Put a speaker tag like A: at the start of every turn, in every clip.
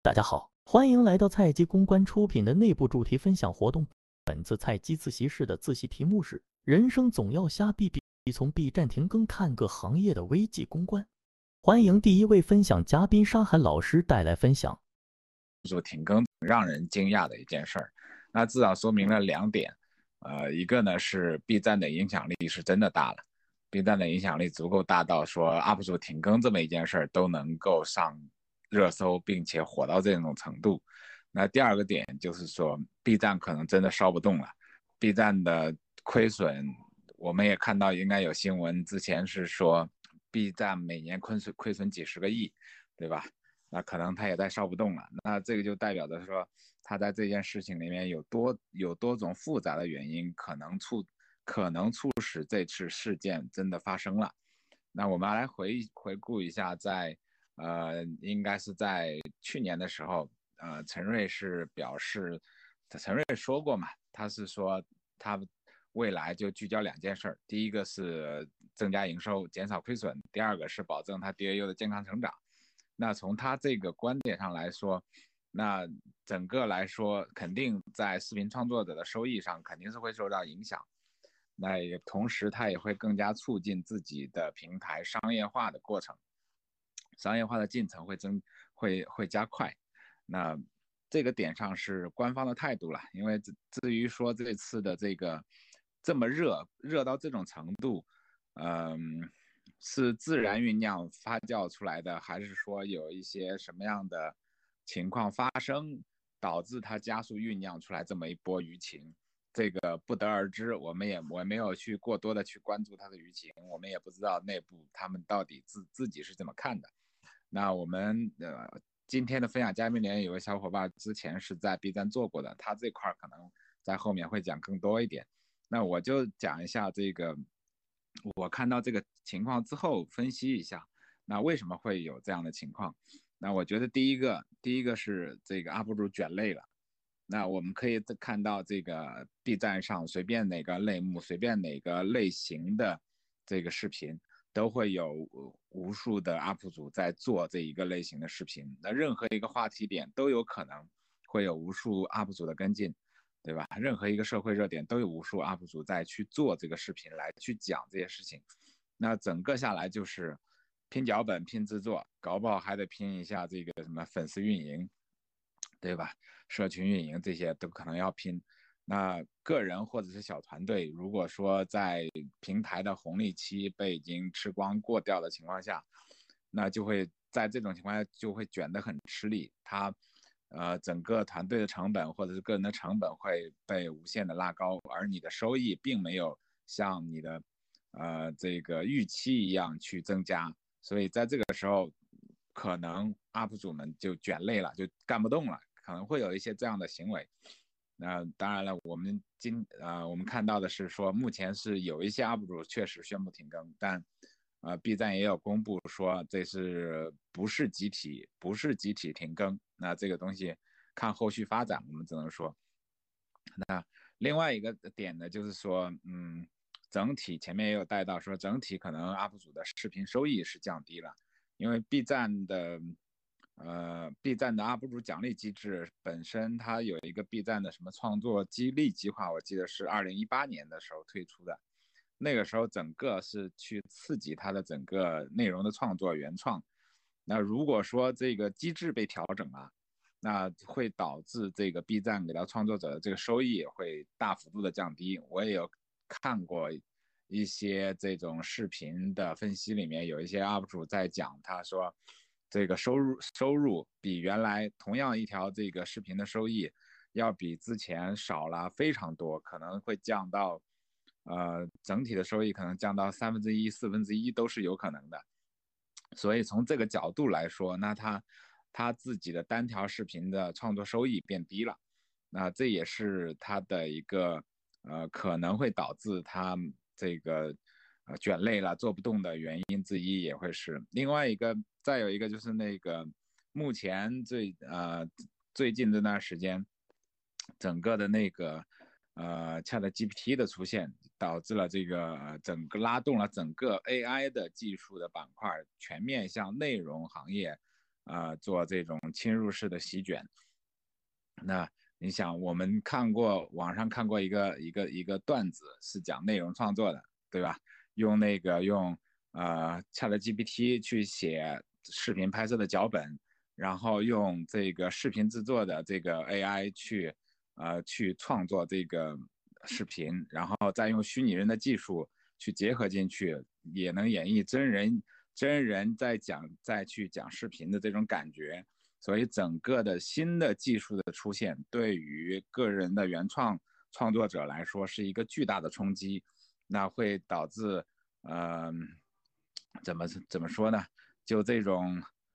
A: 大家好，欢迎来到菜鸡公关出品的内部主题分享活动。本次菜鸡自习室的自习题目是“人生总要瞎避避”，从 B 站停更看各行业的危机公关。欢迎第一位分享嘉宾沙涵老师带来分享。
B: 让人惊讶的一件事儿，那至少说明了两点，一个呢是 B 站的影响力是真的大了，B 站的影响力足够大到说 UP 主停更这么一件事儿都能够上热搜，并且火到这种程度。那第二个点就是说 B 站可能真的烧不动了，B 站的亏损，我们也看到应该有新闻，之前是说 B 站每年亏损几十个亿，对吧？那可能他也在烧不动了。那这个就代表着说，他在这件事情里面有多种复杂的原因，可能促使这次事件真的发生了。那我们来回顾一下应该是在去年的时候，陈瑞是表示，陈瑞说过嘛，他是说他未来就聚焦两件事，第一个是增加营收，减少亏损；第二个是保证他 DAU 的健康成长。那从他这个观点上来说，那整个来说，肯定在视频创作者的收益上肯定是会受到影响。那也同时，他也会更加促进自己的平台商业化的过程，商业化的进程会加快。那这个点上是官方的态度了，因为至于说这次的这个这么热到这种程度，是自然酝酿发酵出来的，还是说有一些什么样的情况发生，导致它加速酝酿出来这么一波舆情？这个不得而知，我没有去过多的去关注它的舆情，我们也不知道内部他们到底自己是怎么看的。那我们今天的分享嘉宾里面有个小伙伴之前是在 B 站做过的，他这块可能在后面会讲更多一点。那我就讲一下这个，我看到这个情况之后分析一下，那为什么会有这样的情况？那我觉得第一个是这个 UP 主卷累了。那我们可以看到这个 B 站上随便哪个类目、随便哪个类型的这个视频，都会有无数的 UP 主在做这一个类型的视频。那任何一个话题点都有可能会有无数 UP 主的跟进，对吧？任何一个社会热点都有无数 UP 主在去做这个视频来去讲这些事情。那整个下来就是拼脚本、拼制作，搞不好还得拼一下这个什么粉丝运营，对吧？社群运营这些都可能要拼。那个人或者是小团队，如果说在平台的红利期被已经吃光过掉的情况下，那就会在这种情况下就会卷得很吃力。他整个团队的成本或者是个人的成本会被无限的拉高，而你的收益并没有像你的这个预期一样去增加。所以在这个时候，可能 UP 主们就卷累了，就干不动了，可能会有一些这样的行为。当然了，我们看到的是说，目前是有一些 UP 主确实宣布停更，但B 站也有公布说这不是集体停更。那这个东西看后续发展，我们只能说。那另外一个点呢，就是说，整体前面也有带到说，整体可能 UP 主的视频收益是降低了，因为 B 站的 UP 主奖励机制本身它有一个 B 站的什么创作激励计划，我记得是2018年的时候推出的，那个时候整个是去刺激它的整个内容的创作原创。那如果说这个机制被调整了，那会导致这个 B 站给到创作者的这个收益会大幅度的降低。我也有看过一些这种视频的分析，里面有一些 UP 主在讲，他说这个收入比原来同样一条这个视频的收益要比之前少了非常多，可能会降到整体的收益可能降到1/3、1/4都是有可能的。所以从这个角度来说，那他自己的单条视频的创作收益变低了，那这也是他的一个可能会导致他这个卷累了做不动的原因之一，也会是另外一个。再有一个就是那个目前最近这段时间，整个的那个ChatGPT 的出现，导致了这个整个拉动了整个 AI 的技术的板块全面向内容行业做这种侵入式的席卷。那你想，我们网上看过一个段子，是讲内容创作的，对吧？用ChatGPT 去写视频拍摄的脚本，然后用这个视频制作的这个 AI 去创作这个视频，然后再用虚拟人的技术去结合进去，也能演绎真人再去讲视频的这种感觉。所以整个的新的技术的出现，对于个人的原创作者来说是一个巨大的冲击，那会导致怎么说呢？就这种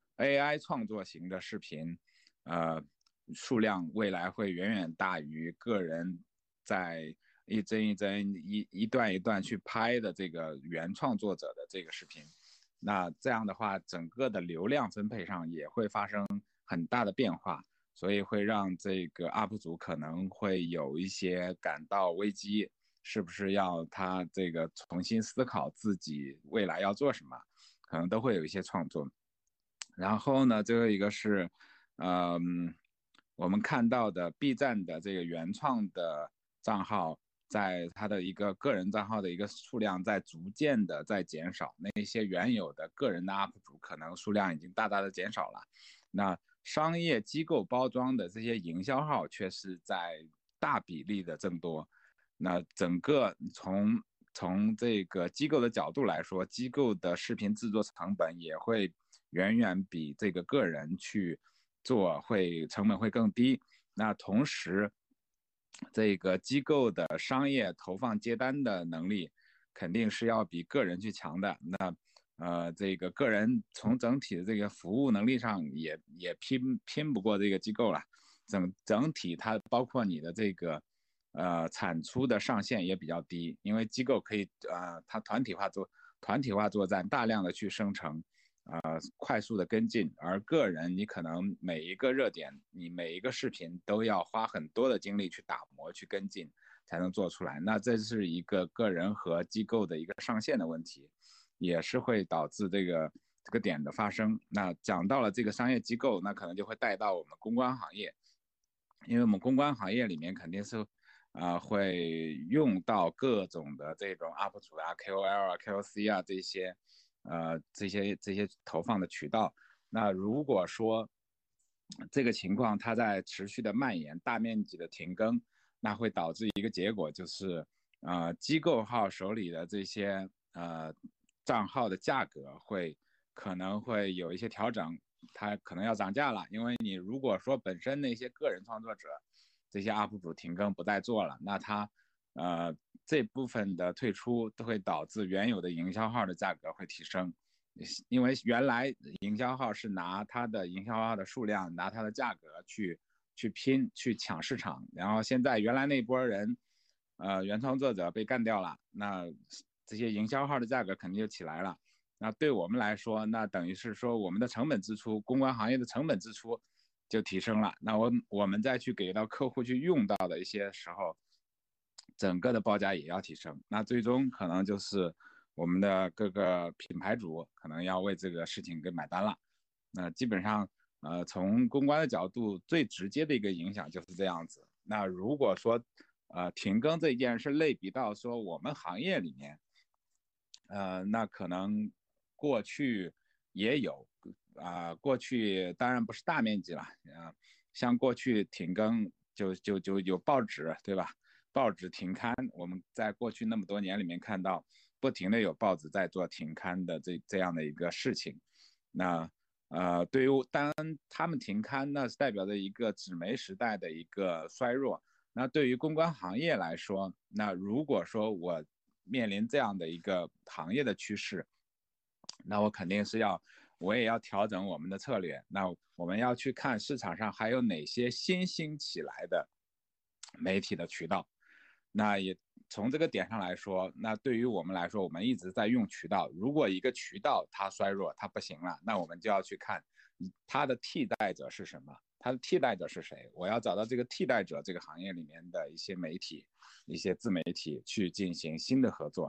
B: AI 创作型的视频，呃，数量未来会远远大于个人在一帧一帧、一段一段去拍的这个原创作者的这个视频。那这样的话，整个的流量分配上也会发生很大的变化，所以会让这个 UP 主可能会有一些感到危机，是不是要他这个重新思考自己未来要做什么，可能都会有一些创作。然后呢，最后一个是，我们看到的 B 站的这个原创的账号，在它的一个个人账号的一个数量在逐渐的在减少，那些原有的个人的 UP 主可能数量已经大大的减少了。那商业机构包装的这些营销号却是在大比例的增多。那整个从这个机构的角度来说，机构的视频制作成本也会远远比这个个人去做成本会更低。那同时，这个机构的商业投放接单的能力肯定是要比个人去强的。那这个个人从整体的这个服务能力上也拼不过这个机构了。整体它包括你的这个产出的上限也比较低，因为机构可以它团体化作战，大量的去生成，快速的跟进，而个人你可能每一个热点，你每一个视频都要花很多的精力去打磨、去跟进，才能做出来。那这是一个个人和机构的一个上限的问题，也是会导致这个点的发生。那讲到了这个商业机构，那可能就会带到我们公关行业，因为我们公关行业里面肯定是会用到各种的这种 UP 主啊、KOL 啊、KOC 啊这些投放的渠道。那如果说这个情况它在持续的蔓延、大面积的停更，那会导致一个结果就是机构号手里的这些账号的价格可能会有一些调整，它可能要涨价了。因为你如果说本身那些个人创作者这些 UP 主停更不再做了，那他这部分的退出都会导致原有的营销号的价格会提升。因为原来营销号是拿它的营销号的数量，拿它的价格去拼去抢市场，然后现在原来那波人原创作者被干掉了，那这些营销号的价格肯定就起来了。那对我们来说，那等于是说我们的成本支出，公关行业的成本支出就提升了。那我们再去给到客户去用到的一些时候，整个的报价也要提升。那最终可能就是我们的各个品牌主可能要为这个事情给买单了。那基本上，从公关的角度，最直接的一个影响就是这样子。那如果说，停更这件事类比到说我们行业里面，那可能过去也有，过去当然不是大面积了，像过去停更就有报纸对吧？报纸停刊，我们在过去那么多年里面看到，不停的有报纸在做停刊的这样的一个事情。那对于当他们停刊，那是代表着一个纸媒时代的一个衰弱。那对于公关行业来说，那如果说我面临这样的一个行业的趋势，那我也要调整我们的策略。那我们要去看市场上还有哪些新兴起来的媒体的渠道。那也从这个点上来说，那对于我们来说，我们一直在用渠道。如果一个渠道它衰弱，它不行了，那我们就要去看它的替代者是什么，它的替代者是谁。我要找到这个替代者，这个行业里面的一些媒体、一些自媒体去进行新的合作，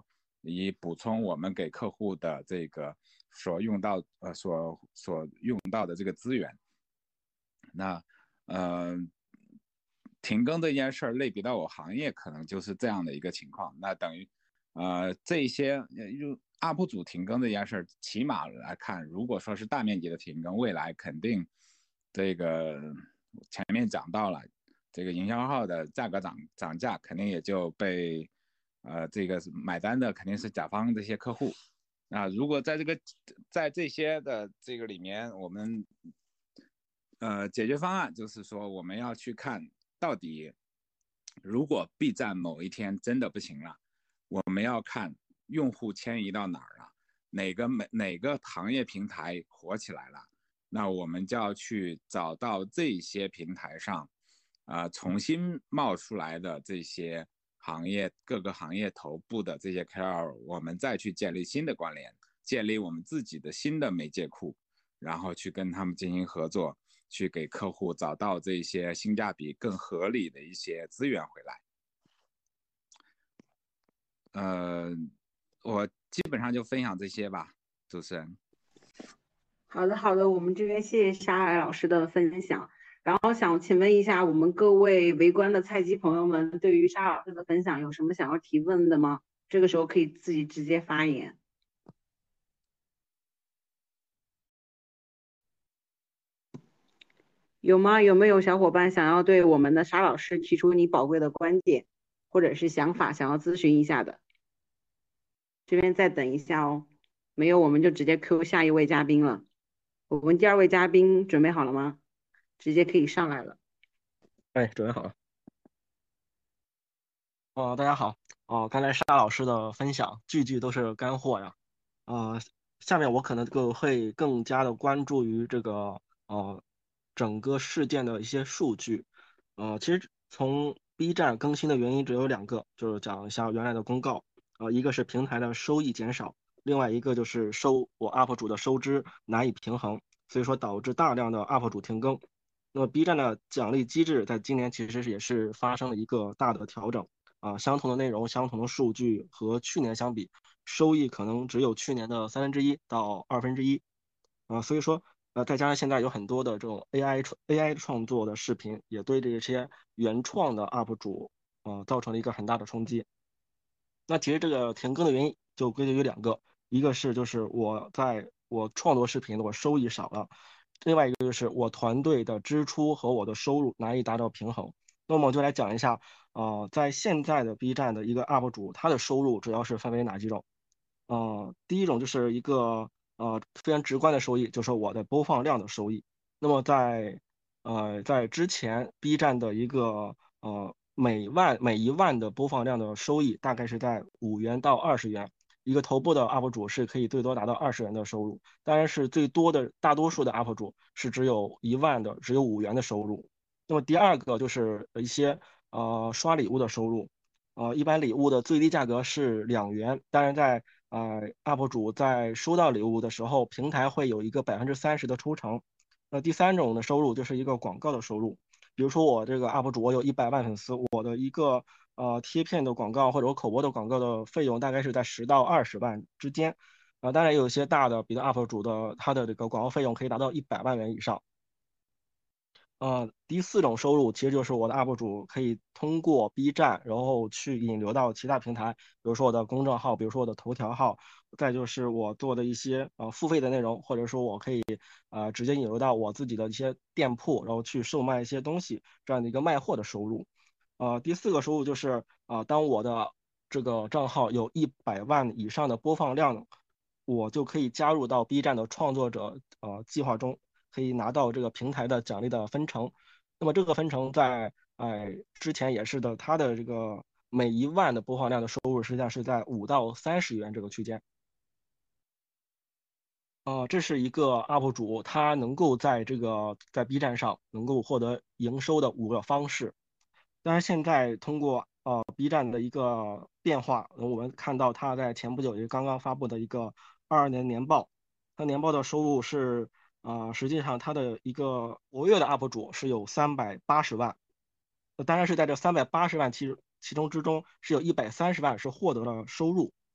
B: 以补充我们给客户的这个所用到的这个资源。那停更这件事儿类比到我行业，可能就是这样的一个情况。那等于这些UP 主停更这件事儿，起码来看，如果说是大面积的停更，未来肯定这个前面讲到了，这个营销号的价格涨价，肯定也就被这个买单的肯定是甲方这些客户。啊，如果在这些的这个里面，我们解决方案就是说，我们要去看到底，如果 B 站某一天真的不行了，我们要看用户迁移到哪儿了，哪个行业平台火起来了，那我们就要去找到这些平台上，重新冒出来的这些各个行业头部的这些 KOL，我们再去建立新的关联，建立我们自己的新的媒介库，然后去跟他们进行合作，去给客户找到这些性价比更合理的一些资源回来。我基本上就分享这些吧，主持人。
C: 好的，好的，我们这边谢谢沙海老师的分享。然后想请问一下，我们各位围观的菜鸡朋友们，对于沙老师的分享有什么想要提问的吗？这个时候可以自己直接发言。有吗？有没有小伙伴想要对我们的沙老师提出你宝贵的观点或者是想法，想要咨询一下的？这边再等一下哦。没有，我们就直接 Q 下一位嘉宾了。我们第2位嘉宾准备好了吗？直接可以上来了。
D: 哎，准备好了。大家好。刚才沙老师的分享句句都是干货呀。下面我可能会更加的关注于这个整个事件的一些数据。其实从 B 站更新的原因只有2个，就是讲一下原来的公告。一个是平台的收益减少，另外一个就是我 UP 主的收支难以平衡，所以说导致大量的 UP 主停更。那么 B 站的奖励机制在今年其实也是发生了一个大的调整。相同的内容、相同的数据和去年相比，收益可能只有去年的1/3到1/2。所以说再加上现在有很多的这种 AI 创作的视频，也对这些原创的 UP 主造成了一个很大的冲击。那其实这个停更的原因就归结于2个，一个是就是我创作视频的我收益少了，另外一个就是我团队的支出和我的收入难以达到平衡。那么我就来讲一下，在现在的 B 站的一个 UP 主，他的收入主要是分为哪几种？第一种就是一个非常直观的收益，就是我的播放量的收益。那么在之前 B 站的一个每1万的播放量的收益大概是在5元到20元，一个头部的 UP 主是可以最多达到20元的收入，当然是大多数的 UP 主是只有1万的，只有5元的收入。那么第2个就是一些刷礼物的收入。一般礼物的最低价格是2元，当然在UP 主在收到礼物的时候，平台会有一个30%的抽成。那第3种的收入就是一个广告的收入，比如说我这个 UP 主我有100万粉丝，我的一个贴片的广告或者我口播的广告的费用大概是在10到20万之间。当然有一些大的，比如 UP 主的他的这个广告费用可以达到100万元以上。第4种收入其实就是我的 UP 主可以通过 B 站，然后去引流到其他平台，比如说我的公众号，比如说我的头条号，再就是我做的一些付费的内容，或者说我可以直接引流到我自己的一些店铺，然后去售卖一些东西，这样的一个卖货的收入。第4个收入就是当我的这个账号有100万以上的播放量，我就可以加入到 B 站的创作者计划中，可以拿到这个平台的奖励的分成。那么这个分成在之前也是的，它的这个每1万的播放量的收入实际上是在5到30元这个区间。这是一个 UP 主他能够在B 站上能够获得营收的5个方式。当然现在通过B 站的一个变化，我们看到他在前不久也刚刚发布的一个22年年报，他年报的收入是实际上他的一个活跃的 UP 主是有380万，当然是在这380万其中之中是有130万是获得了收入。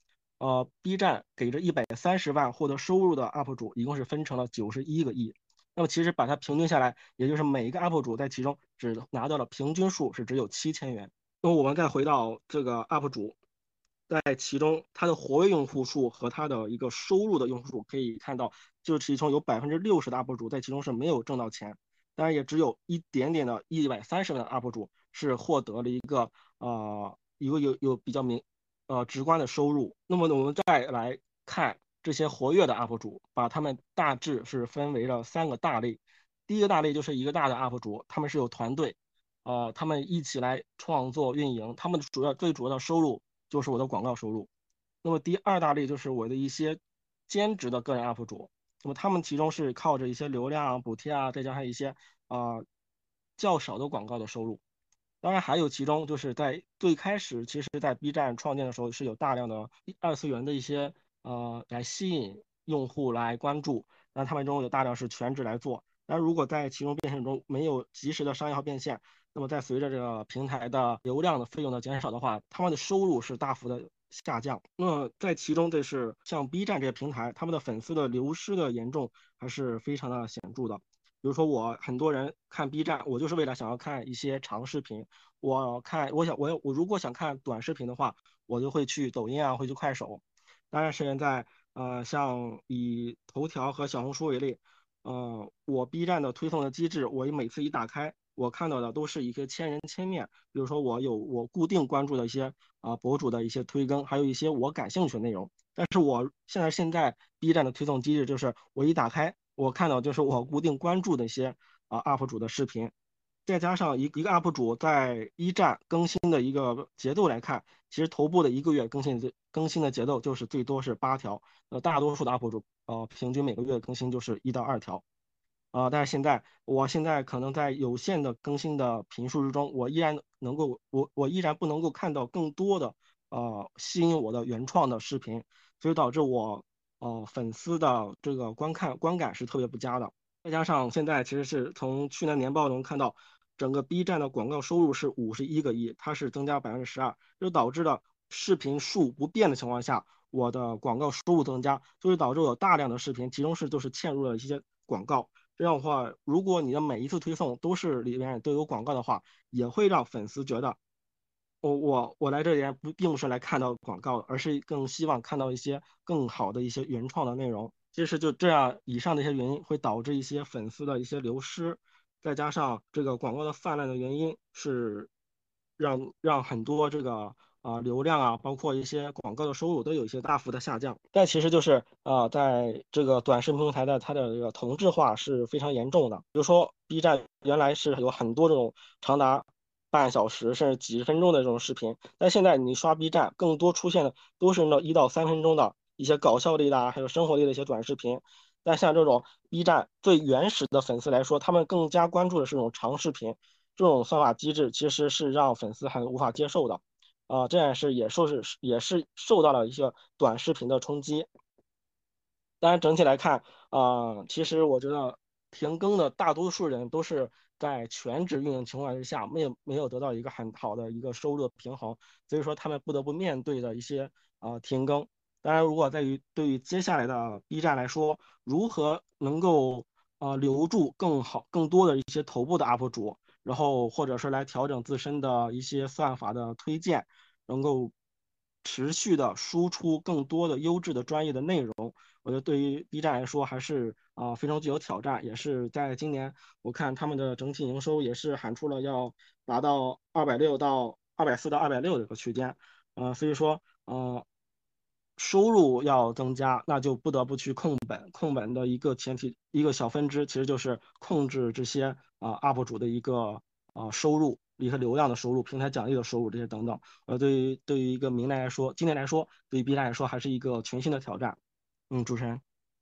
D: B 站给这130万获得收入的 UP 主一共是分成了91个亿。那么其实把它平均下来，也就是每一个 UP 主在其中只拿到了平均数是只有7000元。那么我们再回到这个 UP 主，在其中它的活跃用户数和它的一个收入的用户数可以看到，就是其中有60%的 UP 主在其中是没有挣到钱，当然也只有一点点的130万的 UP 主是获得了一个有比较直观的收入。那么我们再来看这些活跃的 UP 主，把他们大致是分为了3个大类。第一个大类就是一个大的 UP 主，他们是有团队，他们一起来创作运营，他们最主要的收入就是我的广告收入。那么第二大类就是我的一些兼职的个人 UP 主，那么他们其中是靠着一些流量补贴啊，再加上一些较少的广告的收入。当然还有其中就是在最开始，其实在 B 站创建的时候是有大量的二次元的一些来吸引用户来关注，那他们中有大量是全职来做。但如果在其中变现中没有及时的商业化变现，那么在随着这个平台的流量的费用的减少的话，他们的收入是大幅的下降。那么在其中，这是像 B 站这些平台，他们的粉丝的流失的严重还是非常的显著的。比如说很多人看 B 站，我就是为了想要看一些长视频。我如果想看短视频的话，我就会去抖音啊，会去快手。当然是现在像以头条和小红书为例，我 B 站的推送的机制，我每次一打开，我看到的都是一些千人千面。比如说我固定关注的一些博主的一些推更，还有一些我感兴趣的内容。但是我现在 B 站的推送机制就是我一打开，我看到就是我固定关注的一些UP 主的视频，再加上一个 UP 主在一站更新的一个节奏来看，其实头部的1个月更新的节奏就是最多是8条，大多数的 UP 主平均每个月更新就是1到2条。但是我现在可能在有限的更新的频数之中，我依然不能够看到更多的吸引我的原创的视频，所以导致我粉丝的这个观感是特别不佳的。再加上现在其实是从去年年报能看到，整个 B 站的广告收入是51个亿，它是增加12%，就导致了视频数不变的情况下，我的广告收入增加，所以导致我大量的视频其中就是嵌入了一些广告。这样的话，如果你的每一次推送里面都有广告的话，也会让粉丝觉得，我来这里并不是来看到广告的，而是更希望看到一些更好的一些原创的内容。其实就这样，以上的一些原因会导致一些粉丝的一些流失，再加上这个广告的泛滥的原因是让很多这个流量啊，包括一些广告的收入都有一些大幅的下降。但其实就是在这个短视频平台的它的这个同质化是非常严重的。比如说 B 站原来是有很多这种长达半小时甚至几十分钟的这种视频，但现在你刷 B 站，更多出现的都是那1到3分钟的一些搞笑类的还有生活类的一些短视频。但像这种 B 站最原始的粉丝来说，他们更加关注的是这种长视频。这种算法机制其实是让粉丝很无法接受的。这样也是受到了一些短视频的冲击。当然整体来看，其实我觉得停更的大多数人都是在全职运营情况之下，没有得到一个很好的一个收入的平衡，所以说他们不得不面对的一些停更。当然，如果对于接下来的 B 站来说，如何能够留住更多的一些头部的 UP 主，然后或者是来调整自身的一些算法的推荐，能够持续的输出更多的优质的专业的内容，我觉得对于 B 站来说还是非常具有挑战，也是在今年我看他们的整体营收也是喊出了要达到240到260这个区间，所以说收入要增加，那就不得不去控本的一个前提一个小分支其实就是控制这些UP 主的一个收入。一个流量的收入、平台奖励的收入这些等等，对于一个今年来说，对于 B 站来说还是一个全新的挑战。主持人。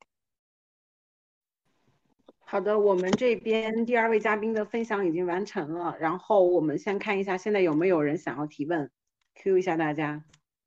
C: 好的，我们这边第2位嘉宾的分享已经完成了，然后我们先看一下现在有没有人想要提问 ，Q 一下大家，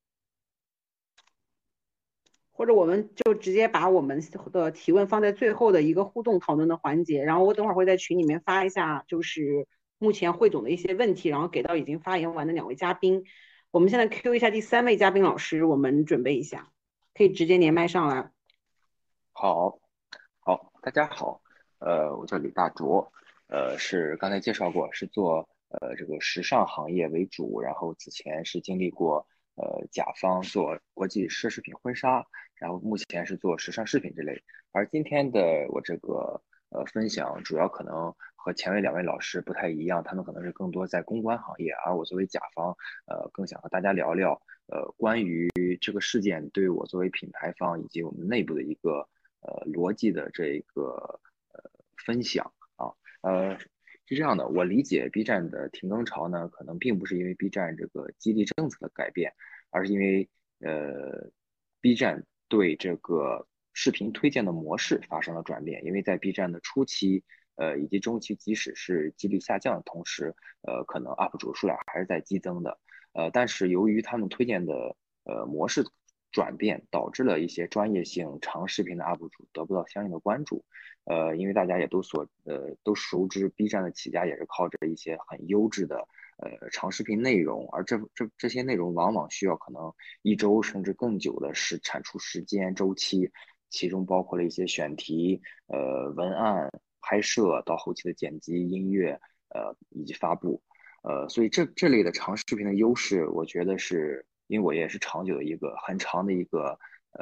C: 或者我们就直接把我们的提问放在最后的一个互动讨论的环节，然后我等会儿会在群里面发一下，就是目前汇总的一些问题，然后给到已经发言完的2位嘉宾。我们现在 Q 一下第3位嘉宾老师，我们准备一下。 可以直接连麦上来。
E: 好，大家好，我叫李大卓，是刚才介绍过，是做这个时尚行业为主，然后此前是经历过甲方做国际奢侈品婚纱，然后目前是做时尚饰品之类，而今天的我这个分享主要可能和前面两位老师不太一样，他们可能是更多在公关行业，而我作为甲方，更想和大家聊聊关于这个事件对我作为品牌方以及我们内部的一个逻辑的这个分享啊，是这样的，我理解 B 站的停更潮呢，可能并不是因为 B 站这个激励政策的改变，而是因为B 站对这个视频推荐的模式发生了转变，因为在 B 站的初期。以及中期，即使是激励下降的同时，可能 UP 主数量还是在激增的。但是由于他们推荐的模式转变，导致了一些专业性长视频的 UP 主得不到相应的关注。因为大家也都熟知 B 站的起家也是靠着一些很优质的长视频内容，而这些内容往往需要可能一周甚至更久的产出时间周期，其中包括了一些选题、文案、拍摄到后期的剪辑、音乐，以及发布。所以这类的长视频的优势，我觉得是因为我也是长久的很长的一个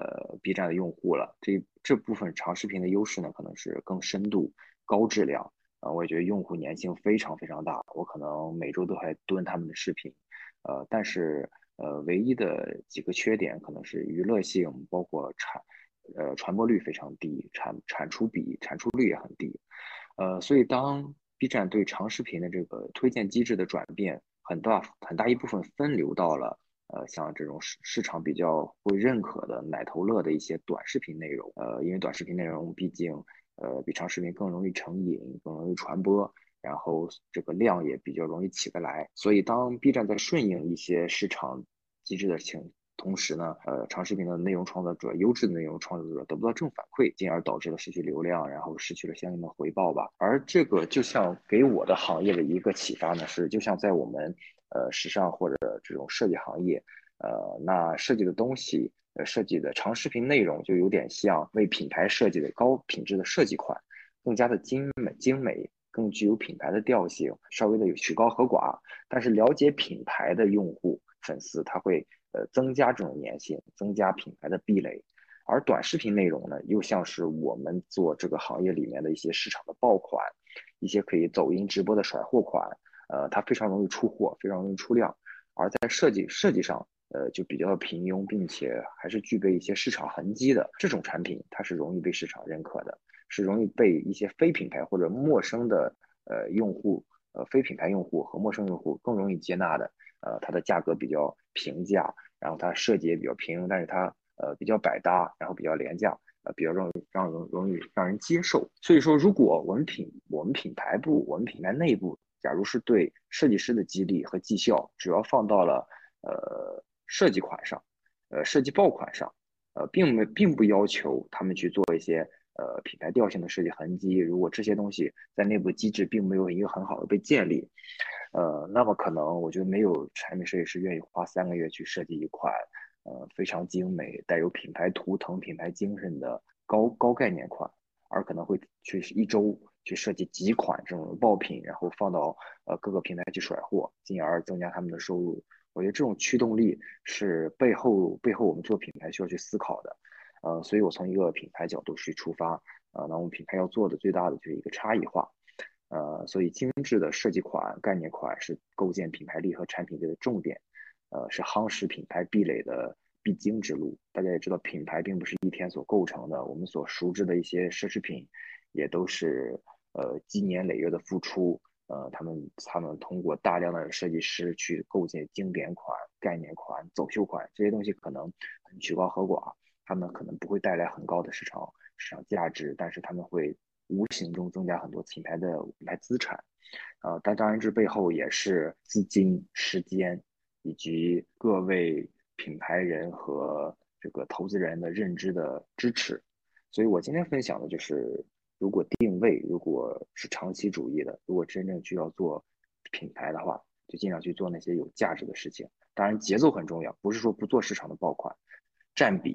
E: B 站的用户了。这部分长视频的优势呢，可能是更深度、高质量。我也觉得用户粘性非常非常大，我可能每周都还蹲他们的视频。但是唯一的几个缺点可能是娱乐性，包括传播率非常低，产出率也很低。所以当 B 站对长视频的这个推荐机制的转变，很大一部分分流到了像这种市场比较会认可的奶头乐的一些短视频内容。因为短视频内容毕竟比长视频更容易成瘾，更容易传播，然后这个量也比较容易起得来。所以当 B 站在顺应一些市场机制的同时呢，长视频的内容创作者、优质的内容创作者得不到正反馈，进而导致了失去流量，然后失去了相应的回报吧。而这个就像给我的行业的一个启发呢，就像在我们时尚或者这种设计行业，那设计的东西，设计的长视频内容就有点像为品牌设计的高品质的设计款，更加的精美，更具有品牌的调性，稍微的有曲高和寡。但是了解品牌的用户粉丝，他会增加这种粘性，增加品牌的壁垒。而短视频内容呢，又像是我们做这个行业里面的一些市场的爆款，一些可以走音直播的甩货款，它非常容易出货，非常容易出量。而在设计上，就比较平庸，并且还是具备一些市场痕迹的这种产品，它是容易被市场认可的，是容易被一些非品牌或者陌生的用户，非品牌用户和陌生用户更容易接纳的。它的价格比较平价，然后它设计也比较平庸，但是它比较百搭，然后比较廉价，比较容易让人接受。所以说，如果我们品牌部、我们品牌内部，假如是对设计师的激励和绩效，主要放到了设计款上，设计爆款上，并不要求他们去做一些品牌调性的设计痕迹。如果这些东西在内部机制并没有一个很好的被建立，那么可能我觉得没有产品设计师愿意花3个月去设计一款非常精美、带有品牌图腾、品牌精神的高概念款，而可能会去一周去设计几款这种爆品，然后放到各个平台去甩货，进而增加他们的收入。我觉得这种驱动力是背后我们做品牌需要去思考的。所以我从一个品牌角度去出发，那我们品牌要做的最大的就是一个差异化。所以精致的设计款、概念款是构建品牌力和产品力的重点，是夯实品牌壁垒的必经之路。大家也知道，品牌并不是一天所构成的，我们所熟知的一些奢侈品，也都是积年累月的付出。他们通过大量的设计师去构建经典款、概念款、走秀款，这些东西可能很曲高和寡，他们可能不会带来很高的市场价值，但是他们会无形中增加很多品牌资产。但当然这背后也是资金、时间以及各位品牌人和这个投资人的认知的支持。所以我今天分享的就是，如果定位如果是长期主义的，如果真正需要做品牌的话，就尽量去做那些有价值的事情。当然节奏很重要，不是说不做市场的爆款，占比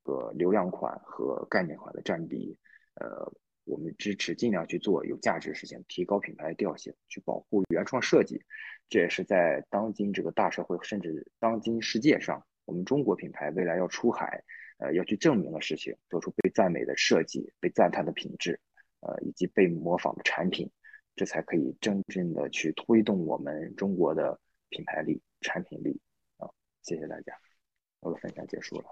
E: 个流量款和概念款的占比，我们支持尽量去做有价值的事情，提高品牌调性，去保护原创设计。这也是在当今这个大社会，甚至当今世界上，我们中国品牌未来要出海，要去证明的事情，做出被赞美的设计、被赞叹的品质，以及被模仿的产品，这才可以真正的去推动我们中国的品牌力、产品力啊！谢谢大家，我的分享结束了。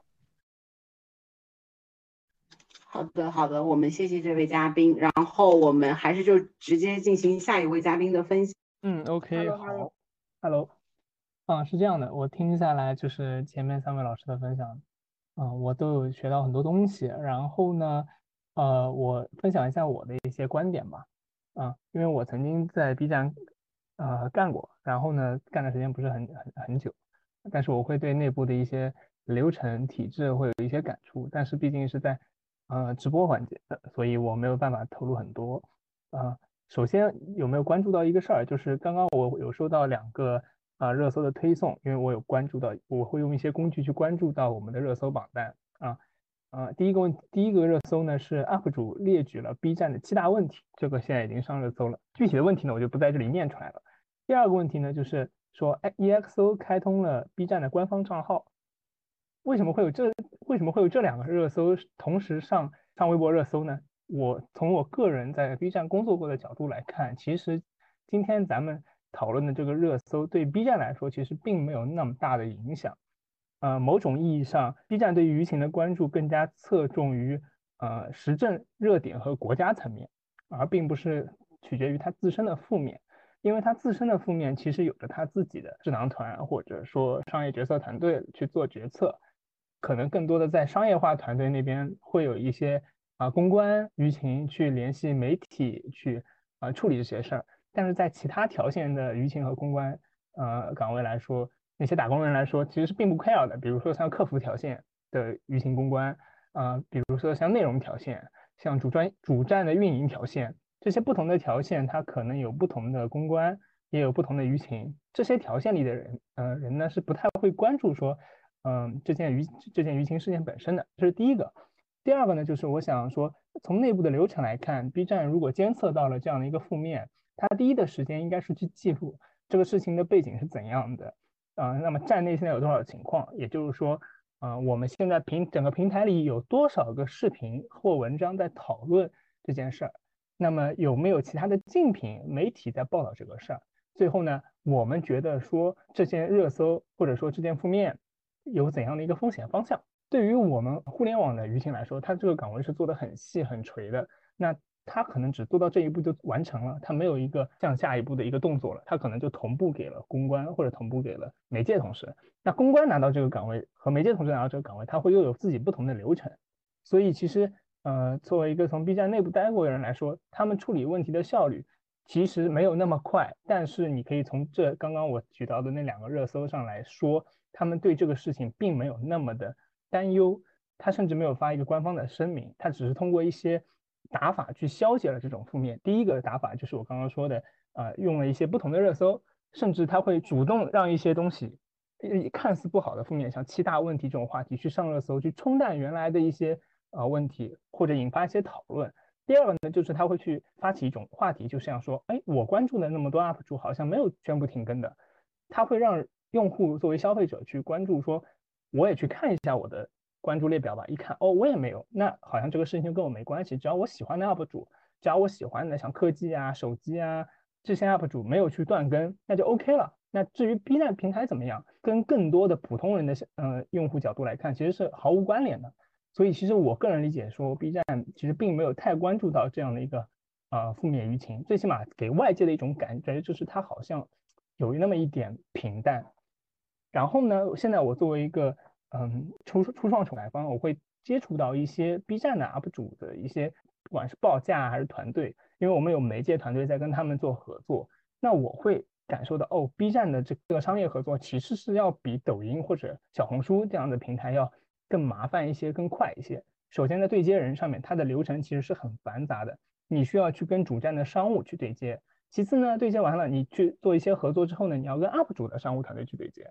C: 好的，好的，我们谢谢这位嘉宾，然后我们还是就直接进行下一位嘉宾的分享。
F: OK， 好 ，Hello， 是这样的，我听下来就是前面3位老师的分享，我都有学到很多东西。然后呢，我分享一下我的一些观点吧，因为我曾经在 B 站干过，然后呢干的时间不是很久，但是我会对内部的一些流程体制会有一些感触，但是毕竟是在直播环节的，所以我没有办法透露很多。首先有没有关注到一个事儿，就是刚刚我有收到2个热搜的推送，因为我有关注到，我会用一些工具去关注到我们的热搜榜单第一个热搜呢是 UP 主列举了 B 站的7大问题，这个现在已经上热搜了。具体的问题呢我就不在这里念出来了。第2个问题呢就是说 EXO 开通了 B 站的官方账号，为什么会有这2个热搜同时上微博热搜呢？从我个人在 B 站工作过的角度来看，其实今天咱们讨论的这个热搜对 B 站来说其实并没有那么大的影响。某种意义上 B 站对于舆情的关注更加侧重于时政热点和国家层面，而并不是取决于它自身的负面。因为它自身的负面其实有着它自己的智囊团或者说商业决策团队去做决策，可能更多的在商业化团队那边会有一些公关舆情去联系媒体去处理这些事儿，但是在其他条线的舆情和公关岗位来说，那些打工人来说其实是并不 care 的，比如说像客服条线的舆情公关，比如说像内容条线，像主站的运营条线，这些不同的条线它可能有不同的公关，也有不同的舆情，这些条线里的人呢是不太会关注说这件舆情事件本身的，这是第一个。第2个呢，就是我想说，从内部的流程来看 ，B 站如果监测到了这样的一个负面，它第一的时间应该是去记录这个事情的背景是怎样的，那么站内现在有多少情况，也就是说，我们现在整个平台里有多少个视频或文章在讨论这件事儿，那么有没有其他的竞品媒体在报道这个事儿？最后呢，我们觉得说这件热搜或者说这件负面有怎样的一个风险方向？对于我们互联网的舆情来说，它这个岗位是做的很细很垂的，那它可能只做到这一步就完成了，它没有一个向下一步的一个动作了，它可能就同步给了公关或者同步给了媒介同事。那公关拿到这个岗位和媒介同事拿到这个岗位，它会又有自己不同的流程。所以其实作为一个从 B 站内部待过的人来说，他们处理问题的效率其实没有那么快，但是你可以从刚刚我举到的那2个热搜上来说，他们对这个事情并没有那么的担忧，他甚至没有发一个官方的声明，他只是通过一些打法去消解了这种负面。第一个打法就是我刚刚说的，用了一些不同的热搜，甚至他会主动让一些东西看似不好的负面，像7大问题这种话题去上热搜，去冲淡原来的一些问题，或者引发一些讨论。第2个呢，就是他会去发起一种话题，就像说，哎，我关注的那么多 UP 主好像没有宣布停更的，他会让用户作为消费者去关注说，我也去看一下我的关注列表吧，一看，哦，我也没有，那好像这个事情就跟我没关系，只要我喜欢的 UP 主，只要我喜欢的像科技啊、手机啊这些 UP 主没有去断更，那就 OK 了。那至于 B 站平台怎么样，跟更多的普通人的用户角度来看，其实是毫无关联的。所以其实我个人理解说 ，B 站其实并没有太关注到这样的一个负面舆情，最起码给外界的一种感觉就是它好像有那么一点平淡。然后呢，现在我作为一个初创品牌方，我会接触到一些 B 站的 UP 主的一些不管是报价还是团队，因为我们有媒介团队在跟他们做合作，那我会感受到哦 ，B 站的这个商业合作其实是要比抖音或者小红书这样的平台要更麻烦一些、更快一些。首先在对接人上面，它的流程其实是很繁杂的，你需要去跟主站的商务去对接。其次呢，对接完了，你去做一些合作之后呢，你要跟 UP 主的商务团队去对接。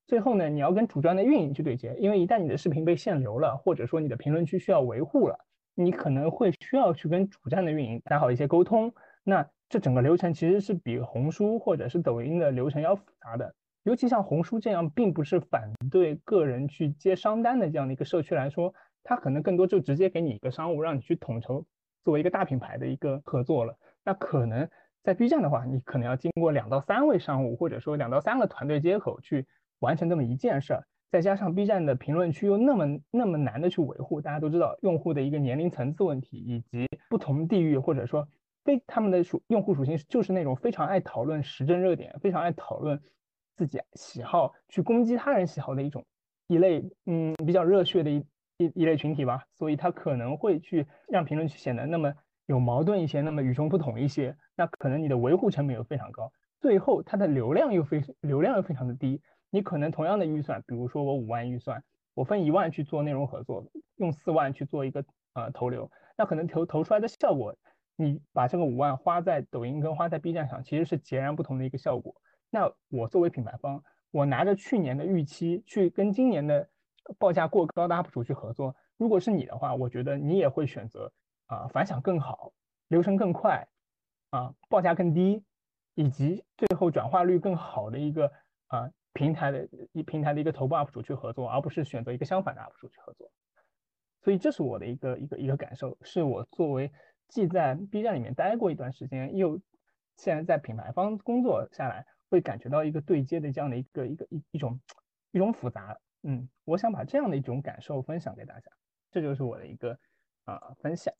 F: 最后呢，你要跟主站的运营去对接，因为一旦你的视频被限流了，或者说你的评论区需要维护了，你可能会需要去跟主站的运营打好一些沟通。那这整个流程其实是比红书或者是抖音的流程要复杂的，尤其像红书这样并不是反对个人去接商单的这样的一个社区来说，它可能更多就直接给你一个商务，让你去统筹作为一个大品牌的一个合作了。那可能在 B 站的话，你可能要经过2到3位商务，或者说2到3个团队接口去完成这么一件事儿。再加上 B 站的评论区又那么难的去维护，大家都知道用户的一个年龄层次问题，以及不同地域或者说他们的用户属性就是那种非常爱讨论时政热点，非常爱讨论自己喜好，去攻击他人喜好的一类比较热血的一类群体吧，所以他可能会去让评论区显得那么有矛盾一些，那么与众不同一些，那可能你的维护成本又非常高，最后它的流量又非常的低。你可能同样的预算，比如说我5万预算，我分1万去做内容合作，用4万去做一个投流，那可能投出来的效果，你把这个5万花在抖音跟花在 B 站上，其实是截然不同的一个效果。那我作为品牌方，我拿着去年的预期去跟今年的报价过高的 UP 主去合作，如果是你的话，我觉得你也会选择反响更好，流程更快，报价更低，以及最后转化率更好的一个平台的一个头部 UP 主去合作，而不是选择一个相反的 UP 主去合作。所以这是我的一个感受，是我作为既在 B 站里面待过一段时间，又现在在品牌方工作下来，会感觉到一个对接的这样的一种复杂。我想把这样的一种感受分享给大家，这就是我的一个分享。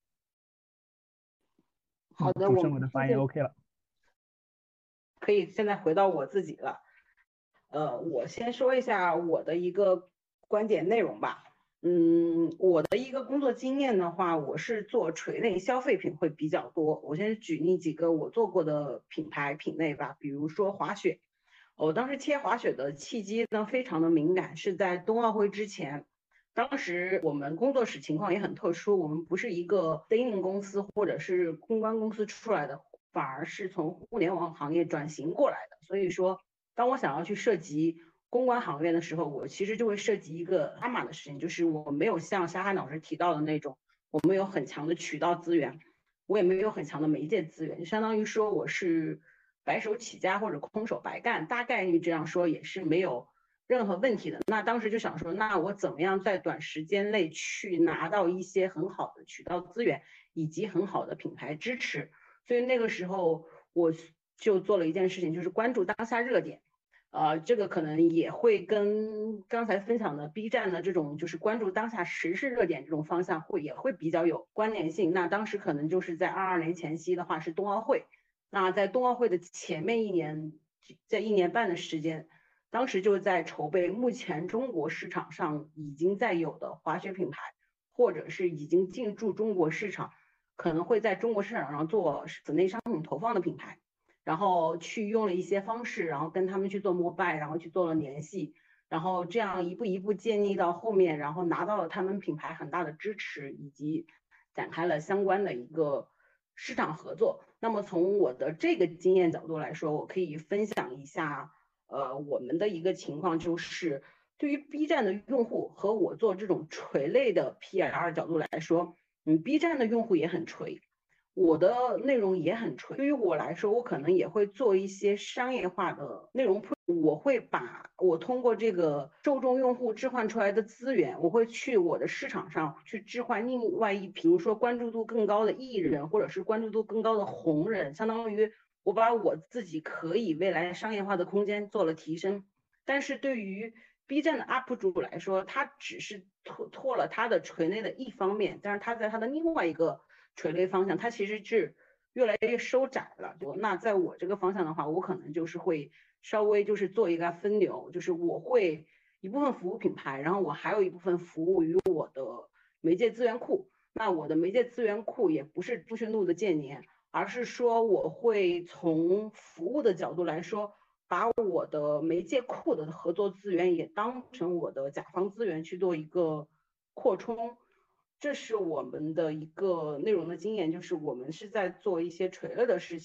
C: 好的，
F: 主持人，我的发言 OK 了。
C: 可以现在回到我自己了。我先说一下我的一个观点内容吧。我的一个工作经验的话，我是做垂类消费品会比较多。我先举例几个我做过的品类吧，比如说滑雪。我当时切滑雪的契机呢，非常的敏感，是在冬奥会之前。当时我们工作室情况也很特殊，我们不是一个电影公司或者是公关公司出来的，反而是从互联网行业转型过来的。所以说，当我想要去涉及公关行业的时候，我其实就会涉及一个阿玛的事情，就是我没有像沙汉老师提到的那种，我们有很强的渠道资源，我也没有很强的媒介资源，相当于说我是白手起家或者空手白干，大概率这样说也是没有任何问题的。那当时就想说，那我怎么样在短时间内去拿到一些很好的渠道资源以及很好的品牌支持？所以那个时候我就做了一件事情，就是关注当下热点。这个可能也会跟刚才分享的 B 站的这种就是关注当下时事热点这种方向也会比较有关联性。那当时可能就是在22年前夕的话是冬奥会，那在冬奥会的前面1年，在1年半的时间，当时就在筹备目前中国市场上已经在有的滑雪品牌，或者是已经进驻中国市场，可能会在中国市场上做此类商品投放的品牌。然后去用了一些方式，然后跟他们去做mobile，然后去做了联系，然后这样一步一步建立到后面，然后拿到了他们品牌很大的支持，以及展开了相关的一个市场合作。那么从我的这个经验角度来说，我可以分享一下，我们的一个情况就是，对于 B 站的用户和我做这种垂类的 PR 角度来说，B 站的用户也很垂。我的内容也很垂，对于我来说，我可能也会做一些商业化的内容，我会把我通过这个受众用户置换出来的资源，我会去我的市场上去置换另外一批，比如说关注度更高的艺人，或者是关注度更高的红人，相当于我把我自己可以未来商业化的空间做了提升。但是对于 B 站的 UP 主来说，他只是拓了他的垂类的一方面，但是他在他的另外一个垂类方向，它其实是越来越收窄了。那在我这个方向的话，我可能就是会稍微就是做一个分流，就是我会一部分服务品牌，然后我还有一部分服务于我的媒介资源库。那我的媒介资源库也不是朱迅路的建联，而是说我会从服务的角度来说，把我的媒介库的合作资源也当成我的甲方资源去做一个扩充。这是我们的一个内容的经验，就是我们是在做一些垂类的事情。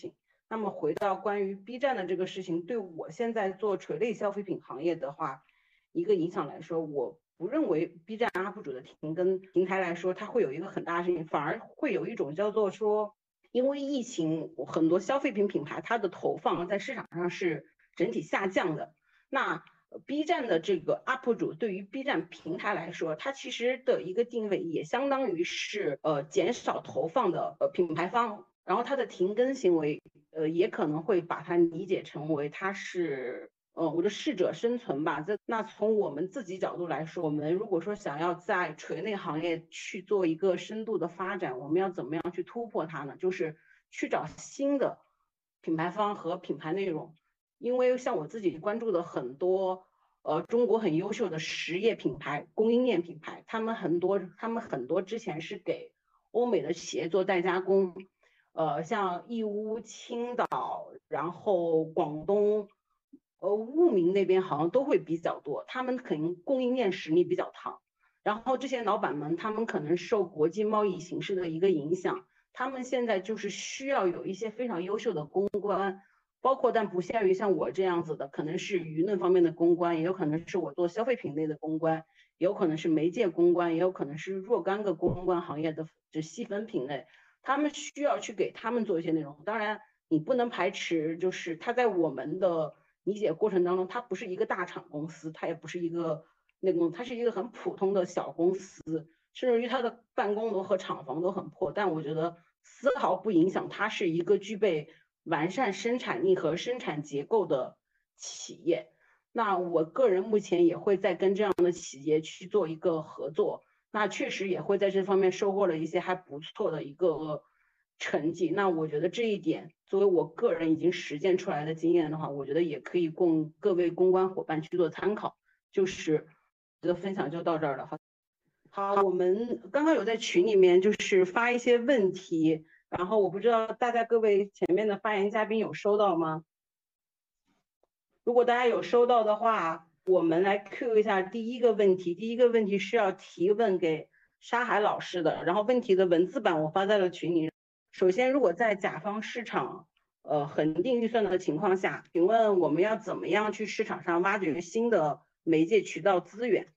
C: 那么回到关于 B 站的这个事情，对我现在做垂类消费品行业的话，一个影响来说，我不认为 B 站 UP 主的停更平台来说，它会有一个很大的事情，反而会有一种叫做说，因为疫情，很多消费品品牌它的投放在市场上是整体下降的。那B 站的这个 UP 主对于 B 站平台来说，它其实的一个定位也相当于是减少投放的品牌方，然后它的停更行为也可能会把它理解成为它是我的适者生存吧。那从我们自己角度来说，我们如果说想要在垂类行业去做一个深度的发展，我们要怎么样去突破它呢？就是去找新的品牌方和品牌内容。因为像我自己关注的很多中国很优秀的实业品牌、供应链品牌，他们很多之前是给欧美的企业做代加工，像义乌、青岛，然后广东，梧明那边好像都会比较多，他们肯定供应链实力比较强。然后这些老板们，他们可能受国际贸易形势的一个影响，他们现在就是需要有一些非常优秀的公关。包括但不限于像我这样子的，可能是舆论方面的公关，也有可能是我做消费品类的公关，也有可能是媒介公关，也有可能是若干个公关行业的就细分品类，他们需要去给他们做一些内容。当然，你不能排斥，就是他在我们的理解过程当中，它不是一个大厂公司，它也不是一个那种，它是一个很普通的小公司，甚至于它的办公楼和厂房都很破，但我觉得丝毫不影响它是一个具备完善生产力和生产结构的企业。那我个人目前也会在跟这样的企业去做一个合作，那确实也会在这方面收获了一些还不错的一个成绩。那我觉得这一点作为我个人已经实践出来的经验的话，我觉得也可以供各位公关伙伴去做参考。就是我的分享就到这儿了。好，我们刚刚有在群里面就是发一些问题，然后我不知道大家各位前面的发言嘉宾有收到吗？如果大家有收到的话，我们来 Q 一下第一个问题。第一个问题是要提问给沙海老师的，然后问题的文字版我发在了群里。首先，如果在甲方市场恒定预算的情况下，请问我们要怎么样去市场上挖掘新的媒介渠道资源？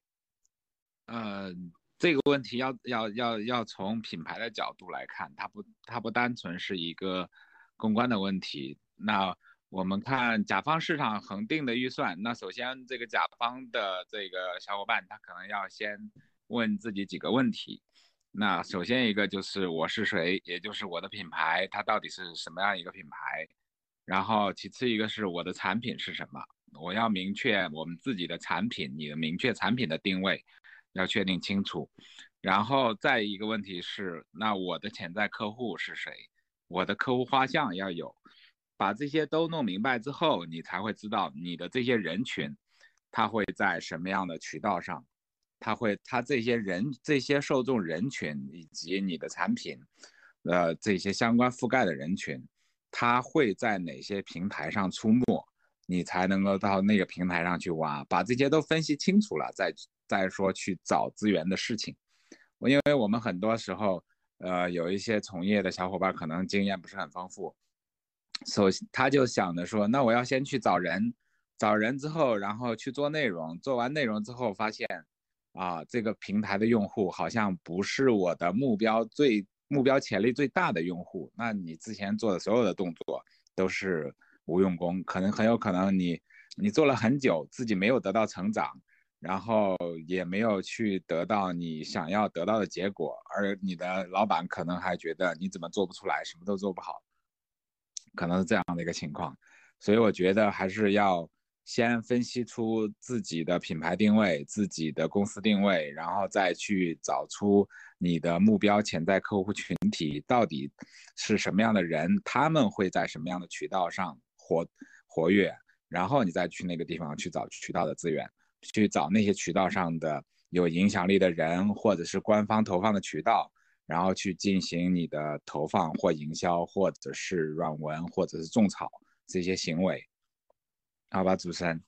B: 这个问题要从品牌的角度来看，它不单纯是一个公关的问题。那我们看甲方市场恒定的预算，那首先这个甲方的这个小伙伴他可能要先问自己几个问题。那首先一个就是我是谁，也就是我的品牌，它到底是什么样一个品牌。然后其次一个是我的产品是什么，我要明确我们自己的产品，你的明确产品的定位要确定清楚。然后再一个问题是，那我的潜在客户是谁，我的客户画像要有。把这些都弄明白之后，你才会知道你的这些人群他会在什么样的渠道上，他这些受众人群以及你的产品这些相关覆盖的人群，他会在哪些平台上出没，你才能够到那个平台上去挖。把这些都分析清楚了，再说去找资源的事情。因为我们很多时候有一些从业的小伙伴可能经验不是很丰富，他就想着说，那我要先去找人，找人之后，然后去做内容，做完内容之后发现这个平台的用户好像不是我的目标潜力最大的用户，那你之前做的所有的动作都是无用功，很有可能你做了很久，自己没有得到成长，然后也没有去得到你想要得到的结果，而你的老板可能还觉得你怎么做不出来，什么都做不好，可能是这样的一个情况。所以我觉得还是要先分析出自己的品牌定位，自己的公司定位，然后再去找出你的目标潜在客户群体到底是什么样的人，他们会在什么样的渠道上活跃，然后你再去那个地方去找渠道的资源，去找那些渠道上的有影响力的人，或者是官方投放的渠道，然后去进行你的投放或营销，或者是软文，或者是种草这些行为。好吧，主持人。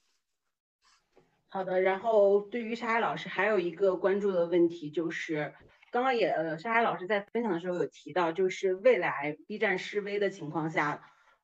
C: 好的，然后对于沙海老师还有一个关注的问题，就是刚刚沙海老师在分享的时候有提到，就是未来 B 站示威的情况下，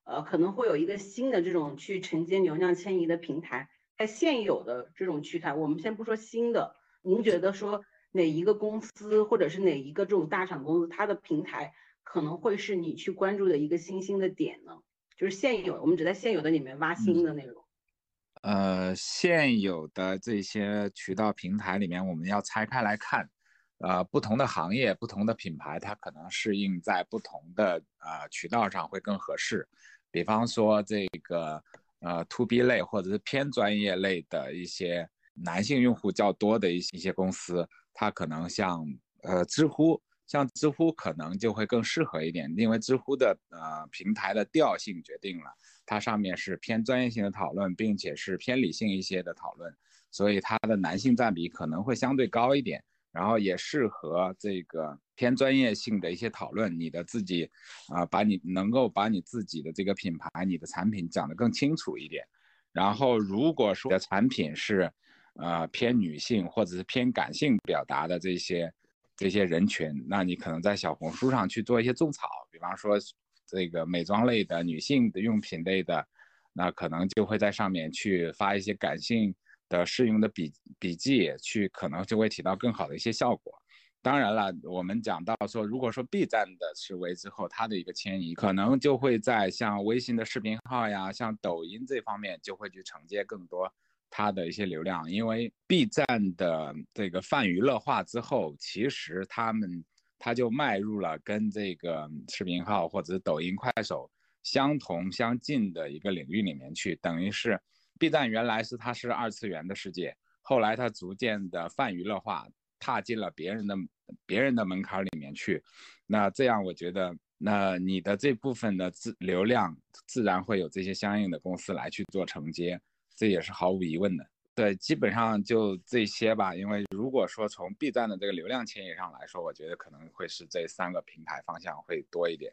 C: 可能会有一个新的这种去承接流量迁移的平台，在现有的这种区块，我们先不说新的，您觉得说哪一个公司或者是哪一个这种大厂公司，它的平台可能会是你去关注的一个新兴的点呢？就是现有，我们只在现有的里面挖新的内容。
B: 现有的这些渠道平台里面，我们要拆开来看，不同的行业、不同的品牌，它可能适应在不同的渠道上会更合适。比方说这个to B 类或者是偏专业类的一些男性用户较多的一些公司，它可能像知乎。像知乎可能就会更适合一点，因为知乎的平台的调性决定了，它上面是偏专业性的讨论，并且是偏理性一些的讨论，所以它的男性占比可能会相对高一点，然后也适合这个偏专业性的一些讨论，你的自己能够把你自己的这个品牌、你的产品讲得更清楚一点。然后如果说的产品是偏女性或者是偏感性表达的这些人群，那你可能在小红书上去做一些种草，比方说这个美妆类的、女性的用品类的，那可能就会在上面去发一些感性的适用的笔记，可能就会起到更好的一些效果。当然了，我们讲到说，如果说 B 站的示威之后，它的一个迁移，可能就会在像微信的视频号呀、像抖音这方面，就会去承接更多它的一些流量，因为 B 站的这个泛娱乐化之后，其实它就迈入了跟这个视频号或者是抖音、快手相同相近的一个领域里面去，等于是 B 站原来它是二次元的世界，后来它逐渐的泛娱乐化，踏进了别人的门槛里面去，那这样我觉得，那你的这部分的流量自然会有这些相应的公司来去做承接，这也是毫无疑问的。对，基本上就这些吧。因为如果说从 B 站的这个流量迁移上来说，我觉得可能会是这3个平台方向会多一点。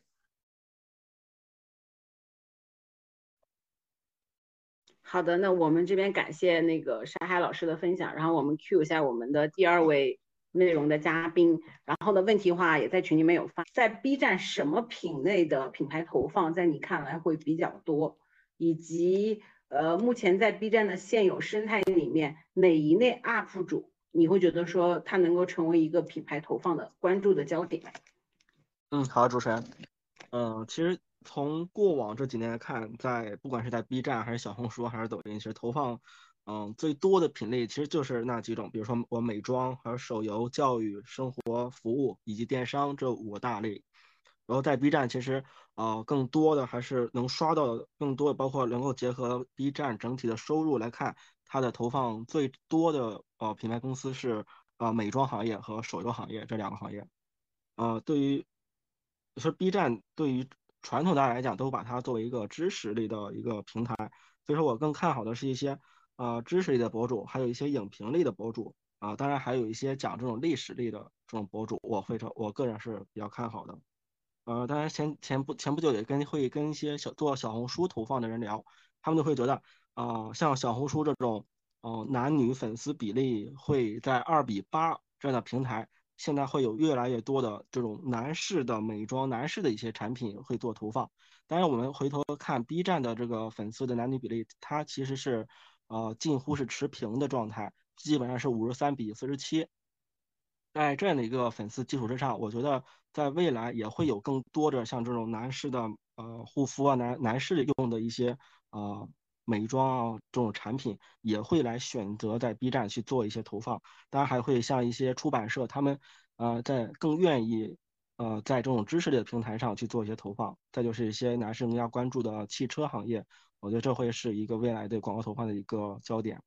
C: 好的，那我们这边感谢那个沙海老师的分享，然后我们 Q 一下我们的第2位内容的嘉宾，然后呢问题的话也在群里面有发，在 B 站什么品类的品牌投放在你看来会比较多，以及目前在 B 站的现有生态里面哪一类 UP 主你会觉得说他能够成为一个品牌投放的关注的焦点？
D: 好，主持人。其实从过往这几年来看，不管是在 B 站还是小红书还是抖音，其实投放最多的品类其实就是那几种，比如说我美妆还有手游、教育、生活服务以及电商这5个大类。然后在 B 站其实更多的还是能刷到更多的，包括能够结合 B 站整体的收入来看，它的投放最多的品牌公司是美妆行业和手游行业这2个行业。对于说 B 站对于传统大家来讲，都把它作为一个知识类的一个平台，所以说我更看好的是一些知识类的博主，还有一些影评类的博主当然还有一些讲这种历史类的这种博主，我个人是比较看好的。当然前不久也会跟一些做小红书投放的人聊，他们就会觉得像小红书这种男女粉丝比例会在2:8这样的平台，现在会有越来越多的这种男士的美妆、男士的一些产品会做投放。当然，我们回头看 B 站的这个粉丝的男女比例，它其实是近乎是持平的状态，基本上是53:47。在这样的一个粉丝基础之上，我觉得在未来也会有更多的像这种男士的护肤男士用的一些美妆这种产品，也会来选择在 B 站去做一些投放。当然还会像一些出版社，他们在更愿意在这种知识类的平台上去做一些投放。再就是一些男士更加关注的汽车行业，我觉得这会是一个未来对广告投放的一个焦点。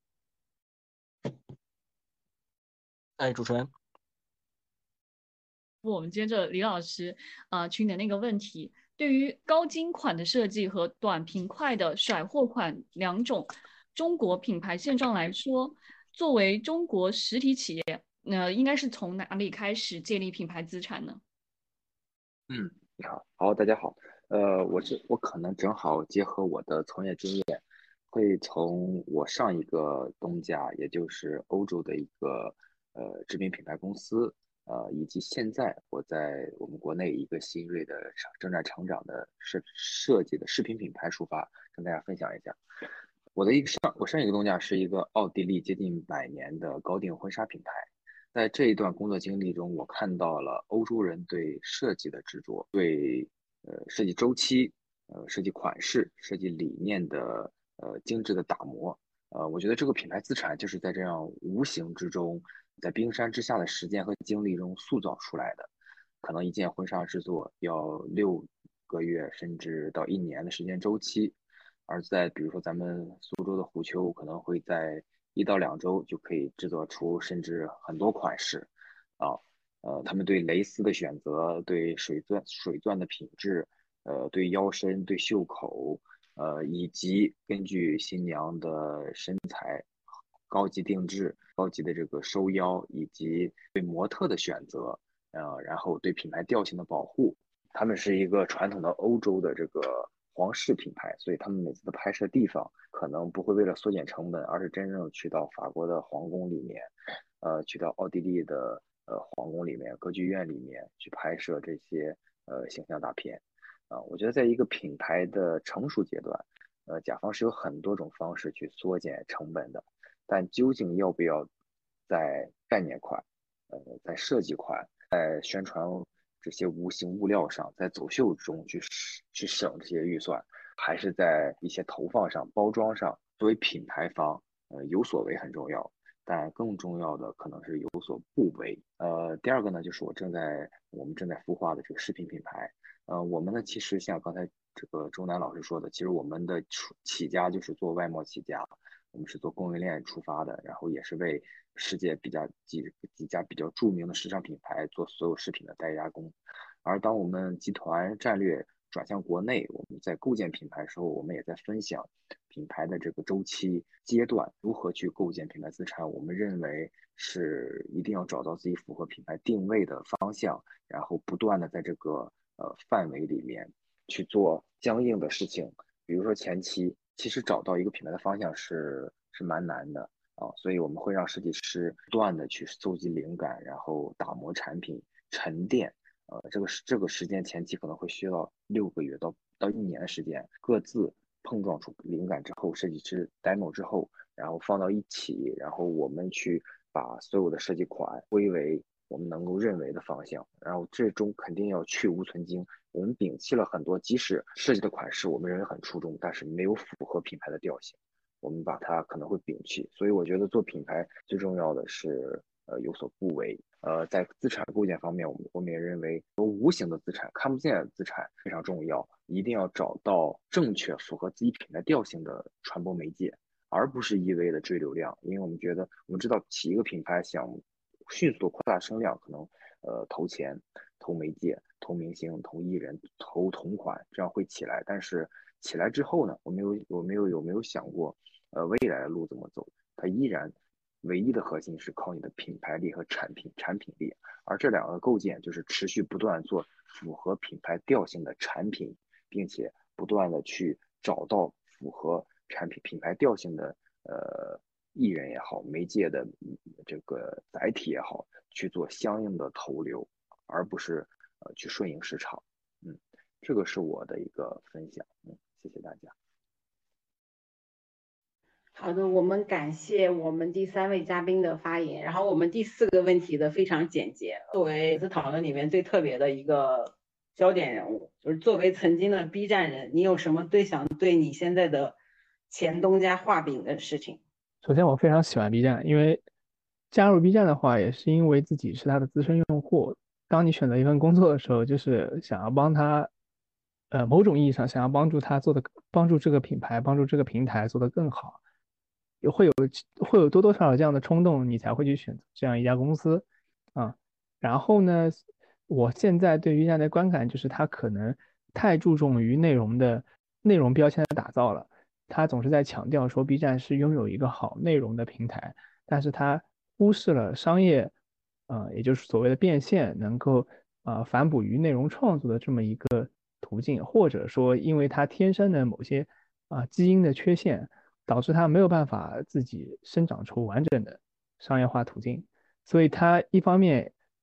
D: 主持人。
G: 我们接着李老师群的那个问题，对于高精款的设计和短平快的甩货款2种中国品牌现状来说，作为中国实体企业，应该是从哪里开始建立品牌资产呢？
E: 你好，大家好。我可能正好结合我的从业经验，会从我上一个东家，也就是欧洲的一个知名品牌公司以及现在我在我们国内一个新锐的正在成长的设计的饰品品牌出发，跟大家分享一下。我上一个东家是一个奥地利接近100年的高定婚纱品牌。在这一段工作经历中，我看到了欧洲人对设计的执着，对设计周期、设计款式、设计理念的精致的打磨。我觉得这个品牌资产就是在这样无形之中，在冰山之下的时间和精力中塑造出来的。可能一件婚纱制作要6个月甚至到1年的时间周期，而在比如说咱们苏州的虎丘，可能会在1到2周就可以制作出甚至很多款式啊。他们对蕾丝的选择，对水钻的品质，对腰身、对袖口，以及根据新娘的身材，高级定制、高级的这个收腰，以及对模特的选择，然后对品牌调性的保护。他们是一个传统的欧洲的这个皇室品牌，所以他们每次的拍摄地方可能不会为了缩减成本，而是真正去到法国的皇宫里面，去到奥地利的皇宫里面、歌剧院里面去拍摄这些形象大片。我觉得在一个品牌的成熟阶段，甲方是有很多种方式去缩减成本的，但究竟要不要在概念款、在设计款、在宣传这些无形物料上，在走秀中去省这些预算，还是在一些投放上、包装上，作为品牌方，有所为很重要，但更重要的可能是有所不为。第二个呢，就是我们正在孵化的这个饰品品牌。我们呢，其实像刚才这个周南老师说的，其实我们的起家就是做外贸起家，我们是做供应链出发的，然后也是为世界几家比较著名的时尚品牌做所有饰品的代加工。而当我们集团战略转向国内，我们在构建品牌的时候，我们也在分享品牌的这个周期阶段，如何去构建品牌资产。我们认为是一定要找到自己符合品牌定位的方向，然后不断的在这个范围里面去做相应的事情。比如说前期，其实找到一个品牌的方向是蛮难的啊，所以我们会让设计师不断的去搜集灵感，然后打磨产品、沉淀。这个时间前期可能会需要6个月到1年的时间，各自碰撞出灵感之后，设计师 demo 之后，然后放到一起，然后我们去把所有的设计款归为我们能够认为的方向，然后最终肯定要去无存精。我们摒弃了很多即使设计的款式我们认为很出众，但是没有符合品牌的调性，我们把它可能会摒弃。所以我觉得做品牌最重要的是有所不为。在资产构建方面，我们也认为无形的资产、看不见的资产非常重要，一定要找到正确符合自己品牌调性的传播媒介，而不是一味的追流量。因为我们知道起一个品牌想迅速的扩大声量，可能投钱、投媒介、投明星、投艺人、投同款，这样会起来。但是起来之后呢，有没有想过未来的路怎么走？它依然唯一的核心是靠你的品牌力和产品力，而这两个构建就是持续不断做符合品牌调性的产品，并且不断的去找到符合产品品牌调性的艺人也好，媒介的这个载体也好，去做相应的投流，而不是去顺应市场。这个是我的一个分享。谢谢大家。
C: 好的，我们感谢我们第3位嘉宾的发言。然后我们第4个问题的非常简洁，作为这次讨论里面最特别的一个焦点人物，就是作为曾经的 B 站人，你有什么想对你现在的前东家画饼的事情？
F: 首先，我非常喜欢 B 站，因为加入 B 站的话，也是因为自己是他的资深用户。当你选择一份工作的时候，就是想要帮他，某种意义上想要帮助他帮助这个品牌，帮助这个平台做得更好。会有多多少少这样的冲动，你才会去选择这样一家公司啊。然后呢，我现在对于 B 站的观感就是，它可能太注重于内容标签的打造了。他总是在强调说 B 站是拥有一个好内容的平台，但是他忽视了商业，也就是所谓的变现，能够反哺于内容创作的这么一个途径，或者说因为他天生的某些基因的缺陷。导致它没有办法自己生长出完整的商业化途径，所以它一方面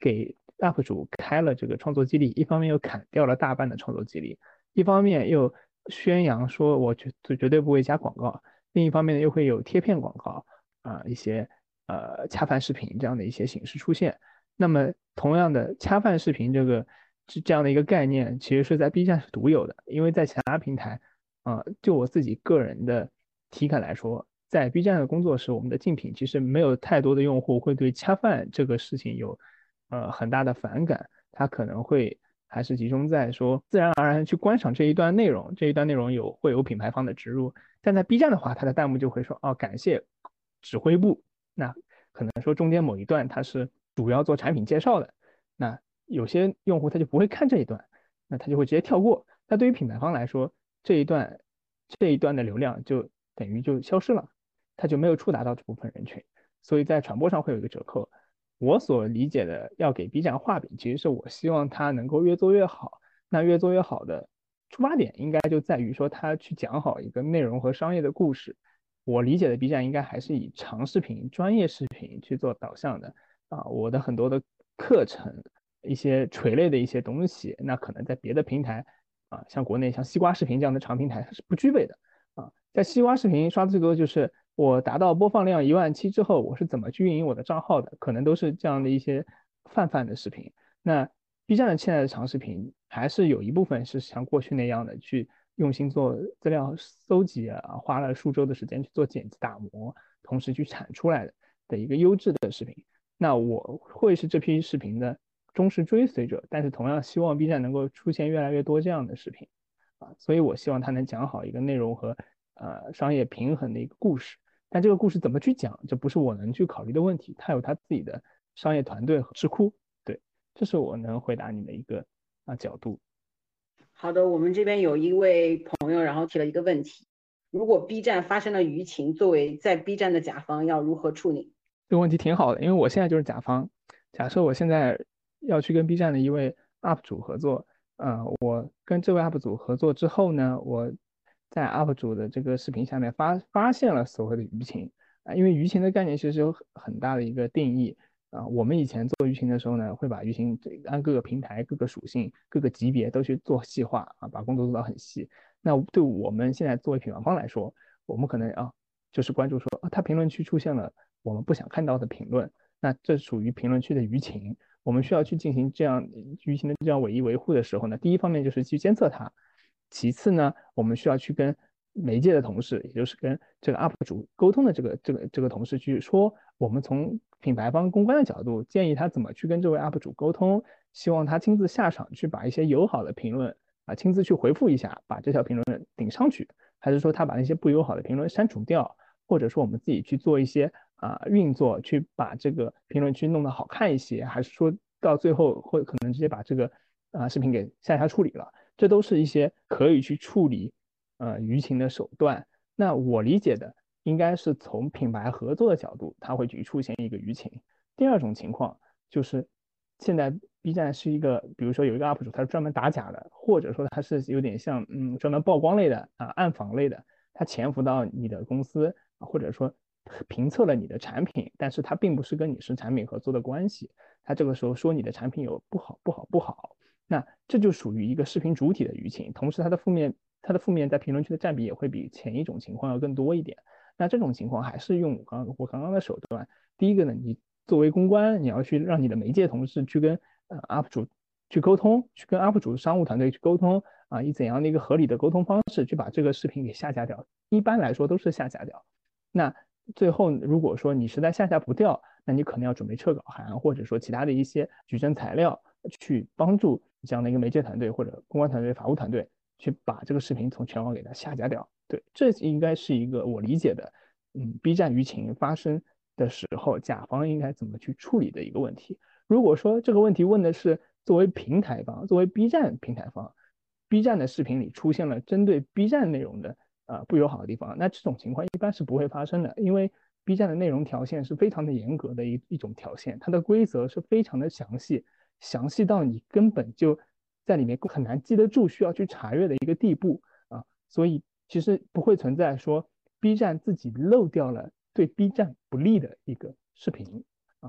F: 给 UP 主开了这个创作激励，一方面又砍掉了大半的创作激励，一方面又宣扬说我绝对不会加广告，另一方面又会有贴片广告一些恰饭视频这样的一些形式出现。那么同样的恰饭视频这样的一个概念，其实是在 B 站是独有的，因为在其他平台就我自己个人的体感来说，在 B 站的工作室，我们的竞品其实没有太多的用户会对恰饭这个事情有很大的反感，他可能会还是集中在说自然而然去观赏这一段内容，这一段内容会有品牌方的植入，但在 B 站的话，它的弹幕就会说感谢指挥部，那可能说中间某一段它是主要做产品介绍的，那有些用户他就不会看这一段，那他就会直接跳过。那对于品牌方来说，这一段的流量就等于就消失了，它就没有触达到这部分人群，所以在传播上会有一个折扣。我所理解的要给 B 站画饼，其实是我希望它能够越做越好。那越做越好的出发点应该就在于说，它去讲好一个内容和商业的故事。我理解的 B 站应该还是以长视频、专业视频去做导向的我的很多的课程、一些垂类的一些东西，那可能在别的平台像国内像西瓜视频这样的长平台它是不具备的在西瓜视频刷的最多的就是我达到播放量17000之后，我是怎么去运营我的账号的，可能都是这样的一些泛的视频。那 B 站的现在的长视频还是有一部分是像过去那样的去用心做资料搜集花了数周的时间去做剪辑打磨，同时去产出来的一个优质的视频。那我会是这批视频的忠实追随者，但是同样希望 B 站能够出现越来越多这样的视频所以我希望它能讲好一个内容和商业平衡的一个故事。但这个故事怎么去讲，这不是我能去考虑的问题，它有它自己的商业团队和智库。对，这是我能回答你的一个角度。
C: 好的，我们这边有一位朋友，然后提了一个问题：如果 B 站发生了舆情，作为在 B 站的甲方，要如何处理？
F: 这个问题挺好的，因为我现在就是甲方。假设我现在要去跟 B 站的一位 UP 主合作，我跟这位 UP 主合作之后呢，我在 UP 主的这个视频下面发现了所谓的舆情因为舆情的概念其实有很大的一个定义我们以前做舆情的时候呢，会把舆情按各个平台、各个属性、各个级别都去做细化把工作做到很细。那对我们现在作为品牌方来说，我们可能就是关注说他评论区出现了我们不想看到的评论，那这属于评论区的舆情，我们需要去进行这样舆情的这样维护的时候呢，第一方面就是去监测它，其次呢，我们需要去跟媒介的同事，也就是跟这个 UP 主沟通的这个同事去说，我们从品牌方公关的角度建议他怎么去跟这位 UP 主沟通，希望他亲自下场去把一些友好的评论亲自去回复一下，把这条评论顶上去，还是说他把那些不友好的评论删除掉，或者说我们自己去做一些运作，去把这个评论区弄得好看一些，还是说到最后会可能直接把这个视频给下架处理了，这都是一些可以去处理舆情的手段。那我理解的应该是从品牌合作的角度，它会去出现一个舆情。第二种情况就是现在 B 站是一个，比如说有一个 UP 主，他是专门打假的，或者说他是有点像专门曝光类的暗访类的，他潜伏到你的公司或者说评测了你的产品，但是他并不是跟你是产品合作的关系，他这个时候说你的产品有不好，那这就属于一个视频主体的舆情，同时它的负面在评论区的占比也会比前一种情况要更多一点。那这种情况还是用我刚刚的手段，第一个呢，你作为公关，你要去让你的媒介同事去跟UP 主去沟通，去跟 UP 主的商务团队去沟通以怎样的一个合理的沟通方式去把这个视频给下架掉。一般来说都是下架掉。那最后如果说你实在下架不掉，那你可能要准备撤稿函，或者说其他的一些举证材料，去帮助这样的一个媒介团队或者公关团队、法务团队去把这个视频从全网给它下架掉。对，这应该是一个我理解的，B 站舆情发生的时候，甲方应该怎么去处理的一个问题。如果说这个问题问的是作为平台方，作为 B 站平台方，B 站的视频里出现了针对 B 站内容的不友好的地方，那这种情况一般是不会发生的，因为 B 站的内容条线是非常的严格的一种条线，它的规则是非常的详细，详细到你根本就在里面很难记得住，需要去查阅的一个地步所以其实不会存在说 B 站自己漏掉了对 B 站不利的一个视频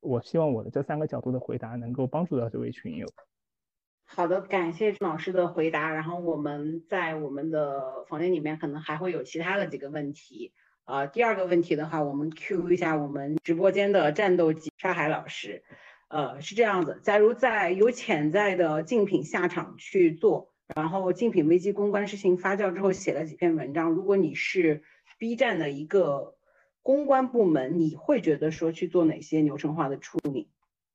F: 我希望我的这3个角度的回答能够帮助到这位群友。
C: 好的，感谢郑老师的回答。然后我们在我们的房间里面可能还会有其他的几个问题。第2个问题的话，我们 Q 一下我们直播间的战斗机沙海老师。是这样子，假如在有潜在的竞品下场去做，然后竞品危机公关事情发酵之后写了几篇文章，如果你是 B 站的一个公关部门，你会觉得说去做哪些流程化的处理？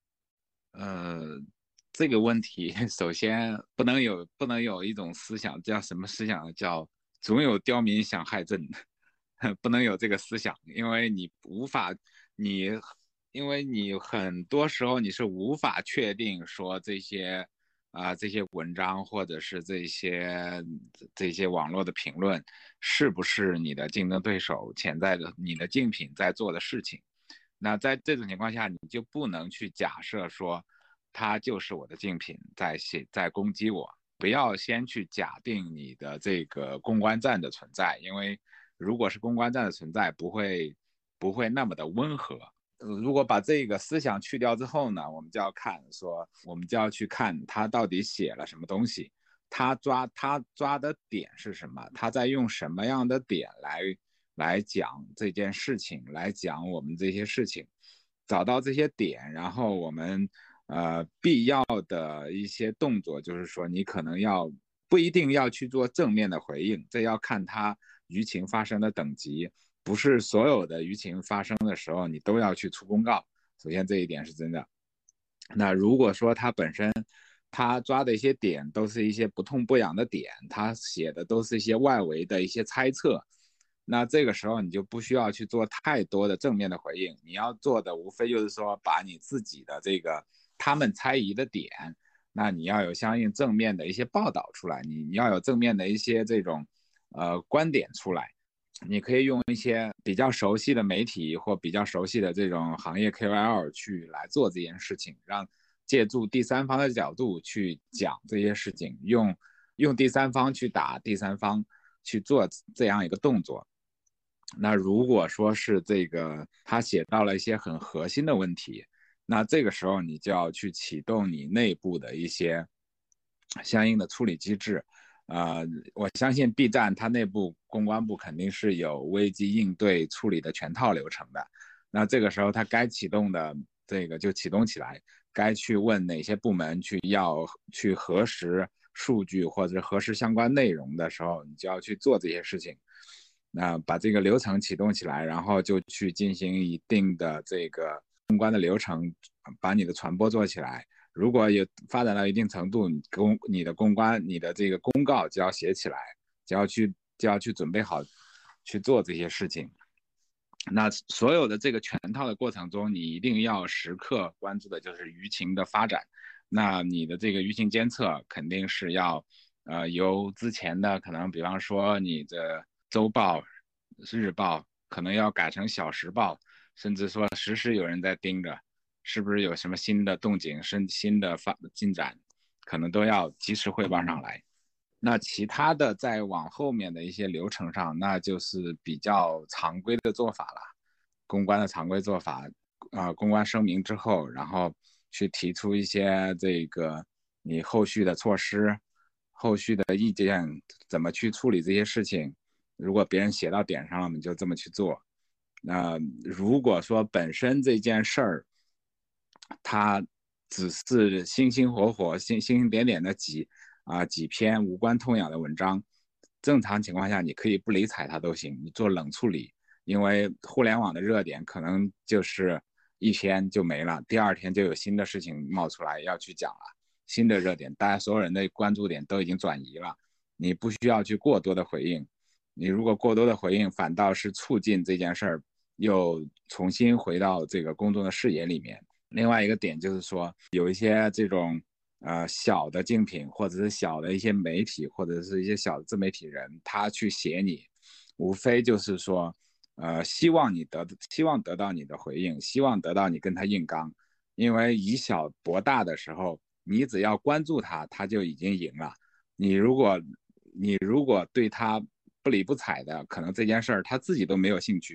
B: 这个问题首先不能有一种思想，叫什么思想？叫总有刁民想害朕，不能有这个思想，因为你无法，因为你很多时候你是无法确定说这些文章或者是这些网络的评论是不是你的竞争对手潜在的你的竞品在做的事情。那在这种情况下，你就不能去假设说他就是我的竞品在攻击我，不要先去假定你的这个公关战的存在，因为如果是公关战的存在，不会那么的温和。如果把这个思想去掉之后呢，我们就要去看他到底写了什么东西，他抓的点是什么，他在用什么样的点来讲这件事情，来讲我们这些事情，找到这些点，然后我们必要的一些动作，就是说你可能不一定要去做正面的回应，这要看他舆情发生的等级，不是所有的舆情发生的时候你都要去出公告，首先这一点是真的。那如果说他本身他抓的一些点都是一些不痛不痒的点，他写的都是一些外围的一些猜测，那这个时候你就不需要去做太多的正面的回应，你要做的无非就是说把你自己的这个他们猜疑的点，那你要有相应正面的一些报道出来，你要有正面的一些这种观点出来。你可以用一些比较熟悉的媒体或比较熟悉的这种行业 KOL 去来做这件事情，借助第三方的角度去讲这些事情，用第三方去打第三方，去做这样一个动作。那如果说是这个他写到了一些很核心的问题，那这个时候你就要去启动你内部的一些相应的处理机制。我相信 B 站它内部公关部肯定是有危机应对处理的全套流程的。那这个时候它该启动的这个就启动起来，该去问哪些部门要去核实数据或者核实相关内容的时候，你就要去做这些事情。那把这个流程启动起来，然后就去进行一定的这个公关的流程，把你的传播做起来。如果有发展到一定程度，你的公关、你的这个公告就要写起来，就要去准备好去做这些事情。那所有的这个全套的过程中，你一定要时刻关注的就是舆情的发展。那你的这个舆情监测肯定是要由之前的可能，比方说你的周报、日报，可能要改成小时报，甚至说时时有人在盯着。是不是有什么新的动静、新的进展，可能都要及时汇报上来。那其他的在往后面的一些流程上，那就是比较常规的做法了，公关的常规做法。公关声明之后，然后去提出一些这个你后续的措施、后续的意见，怎么去处理这些事情。如果别人写到点上了，我们就这么去做。如果说本身这件事儿，它只是星星火火、星星点点的几篇无关痛痒的文章，正常情况下你可以不理睬它都行，你做冷处理，因为互联网的热点可能就是一天就没了，第二天就有新的事情冒出来要去讲了，新的热点，大家所有人的关注点都已经转移了，你不需要去过多的回应。你如果过多的回应，反倒是促进这件事儿又重新回到这个公众的视野里面。另外一个点就是说，有一些这种小的竞品，或者是小的一些媒体，或者是一些小的自媒体人，他去写你，无非就是说，希望得到你的回应，希望得到你跟他硬刚，因为以小博大的时候，你只要关注他，他就已经赢了。你如果对他不理不睬的，可能这件事儿他自己都没有兴趣，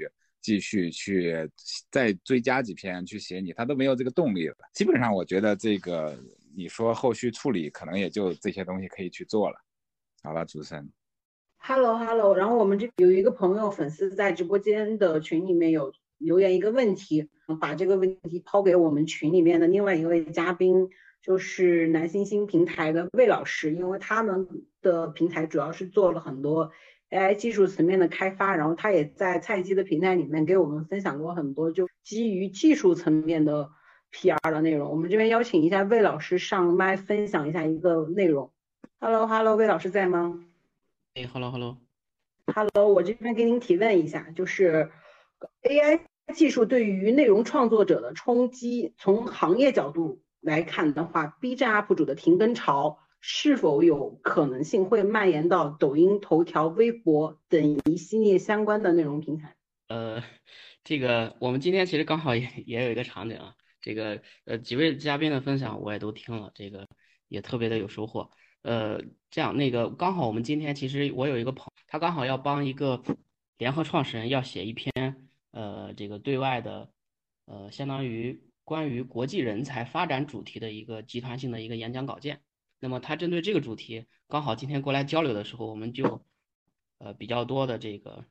B: 继续去再追加几篇去写你，他都没有这个动力了。基本上我觉得这个你说后续处理可能也就这些东西可以去做了。好了，主持人。
C: Hello，然后我们这有一个朋友粉丝在直播间的群里面有留言一个问题，把这个问题抛给我们群里面的另外一位嘉宾，就是南星星平台的魏老师，因为他们的平台主要是做了很多 AI 技术层面的开发，然后他也在菜鸡的平台里面给我们分享过很多就基于技术层面的 PR 的内容。我们这边邀请一下魏老师上麦分享一下一个内容。Hello， 魏老师在吗？
H: 哎，Hello，
C: 我这边给您提问一下，就是 AI 技术对于内容创作者的冲击，从行业角度来看的话 ，B 站 UP 主的停更潮是否有可能性会蔓延到抖音、头条、微博等一系列相关的内容平台？
H: 这个我们今天其实刚好也有一个场景啊，这个几位嘉宾的分享我也都听了，这个也特别的有收获。这样那个刚好我们今天其实我有一个朋友，他刚好要帮一个联合创始人要写一篇这个对外的相当于关于国际人才发展主题的一个集团性的一个演讲稿件。那么他针对这个主题，刚好今天过来交流的时候，我们就比较多的这个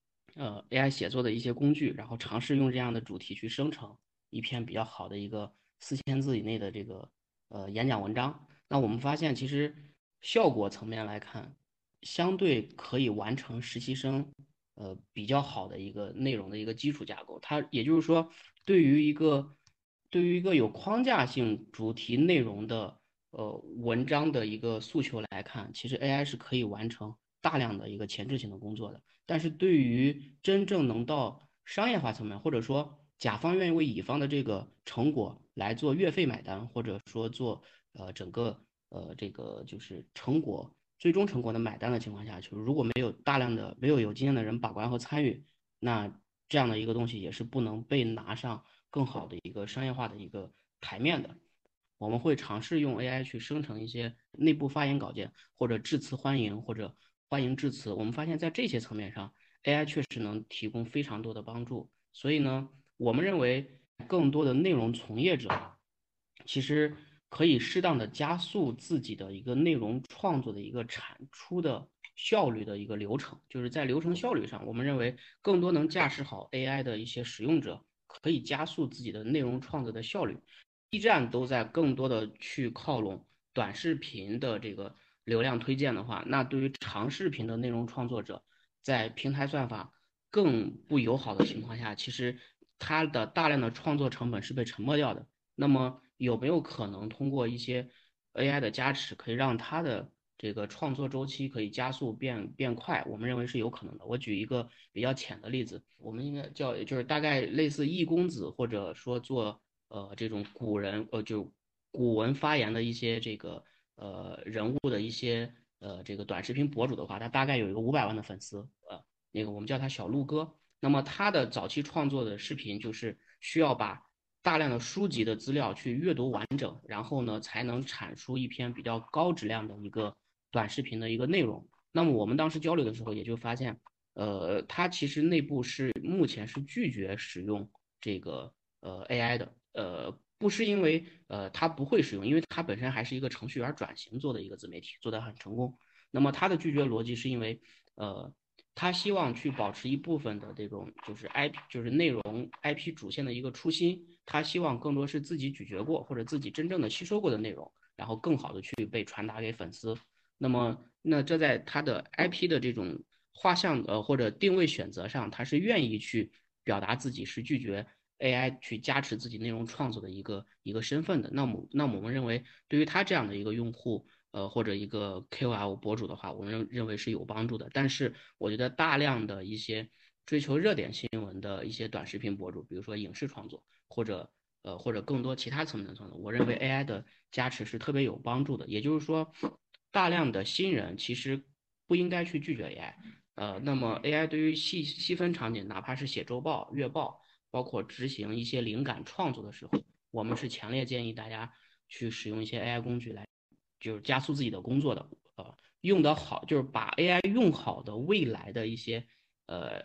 H: AI 写作的一些工具，然后尝试用这样的主题去生成一篇比较好的一个4000字以内的这个演讲文章。那我们发现，其实效果层面来看，相对可以完成实习生比较好的一个内容的一个基础架构。它也就是说，对于一个有框架性主题内容的文章的一个诉求来看，其实 AI 是可以完成大量的一个前置性的工作的。但是对于真正能到商业化层面，或者说甲方愿意为乙方的这个成果来做月费买单，或者说做整个这个就是最终成果的买单的情况下，就是如果没有大量的没有经验的人把关和参与，那这样的一个东西也是不能被拿上更好的一个商业化的一个台面的。我们会尝试用 AI 去生成一些内部发言稿件，或者致辞欢迎，或者欢迎致辞。我们发现，在这些层面上，AI 确实能提供非常多的帮助。所以呢，我们认为更多的内容从业者其实可以适当的加速自己的一个内容创作的一个产出的效率的一个流程。就是在流程效率上，我们认为更多能驾驶好 AI 的一些使用者，可以加速自己的内容创作的效率。B 站都在更多的去靠拢短视频的这个流量推荐的话，那对于长视频的内容创作者，在平台算法更不友好的情况下，其实它的大量的创作成本是被沉没掉的。那么有没有可能通过一些 AI 的加持，可以让它的这个创作周期可以加速变快？我们认为是有可能的。我举一个比较浅的例子，我们应该就是大概类似易公子，或者说做这种就古文发言的一些这个人物的一些这个短视频博主的话，他大概有一个500万的粉丝，那个我们叫他小鹿哥。那么他的早期创作的视频就是需要把大量的书籍的资料去阅读完整，然后呢才能产出一篇比较高质量的一个短视频的一个内容。那么我们当时交流的时候也就发现，他其实内部目前是拒绝使用这个AI 的。不是因为他不会使用，因为他本身还是一个程序员转型做的一个自媒体，做得很成功。那么他的拒绝逻辑是因为他希望去保持一部分的这种就是内容 IP 主线的一个初心，他希望更多是自己咀嚼过或者自己真正的吸收过的内容，然后更好的去被传达给粉丝。那这在他的 IP 的这种画像或者定位选择上，他是愿意去表达自己是拒绝 AI 去加持自己内容创作的一个身份的。那么我们认为，对于他这样的一个用户，或者一个 KOL 博主的话，我们认为是有帮助的。但是我觉得大量的一些追求热点新闻的一些短视频博主，比如说影视创作，或者更多其他层面的创作，我认为 AI 的加持是特别有帮助的。也就是说，大量的新人其实不应该去拒绝 AI。那么 AI 对于细分场景，哪怕是写周报、月报，包括执行一些灵感创作的时候，我们是强烈建议大家去使用一些 AI 工具来，就是加速自己的工作的。用得好，就是把 AI 用好的未来的一些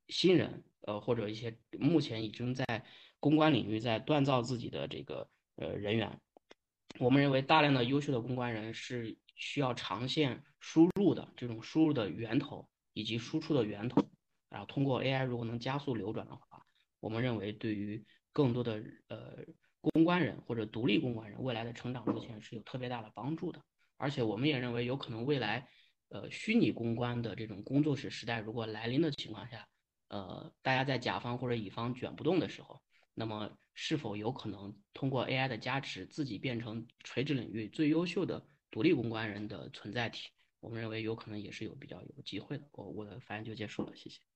H: 新人，或者一些目前已经在公关领域在锻造自己的这个人员。我们认为大量的优秀的公关人是需要长线输入的，这种输入的源头以及输出的源头，然后通过 AI 如果能加速流转的话，我们认为对于更多的公关人或者独立公关人未来的成长路线是有特别大的帮助的。而且我们也认为有可能未来虚拟公关的这种工作室时代如果来临的情况下，大家在甲方或者乙方卷不动的时候，那么是否有可能通过 AI 的加持，自己变成垂直领域最优秀的独立公关人的存在体？我们认为有可能也是比较有机会的。我的发言就结束了，谢谢。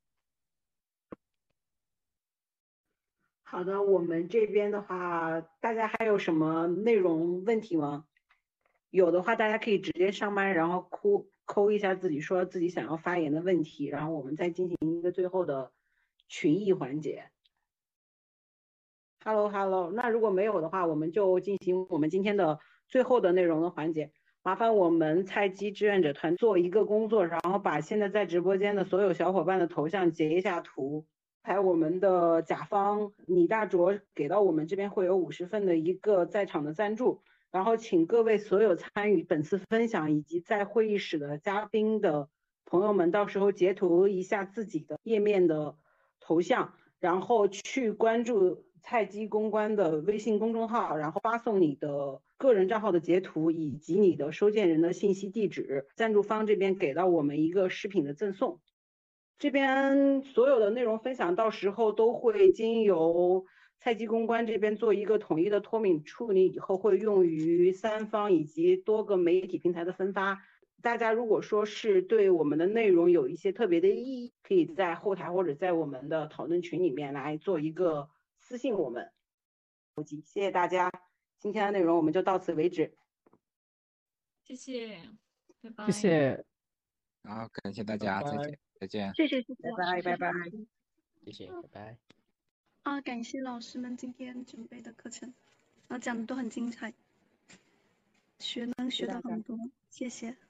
C: 好的，我们这边的话，大家还有什么内容问题吗？有的话，大家可以直接上麦，然后扣一下自己说自己想要发言的问题，然后我们再进行一个最后的群议环节。Hello，那如果没有的话，我们就进行我们今天的最后的内容的环节。麻烦我们菜鸡志愿者团做一个工作，然后把现在在直播间的所有小伙伴的头像截一下图。还有我们的甲方李大卓给到我们这边会有50份的一个在场的赞助，然后请各位所有参与本次分享以及在会议室的嘉宾的朋友们，到时候截图一下自己的页面的头像，然后去关注菜鸡公关的微信公众号，然后发送你的个人账号的截图以及你的收件人的信息地址，赞助方这边给到我们一个食品的赠送。这边所有的内容分享到时候都会经由菜鸡公关这边做一个统一的脱敏处理，以后会用于3方以及多个媒体平台的分发。大家如果说是对我们的内容有一些特别的意义，可以在后台或者在我们的讨论群里面来做一个私信我们。谢谢大家，今天的内容我们就到此为止。
G: 谢谢，拜拜。
F: 谢谢。
B: 好，感谢大家，再见，再见。
I: 谢谢
C: 拜拜，拜拜。
H: 谢谢，拜拜。
I: 感谢老师们今天准备的课程，讲的都很精彩，学到很多，谢谢。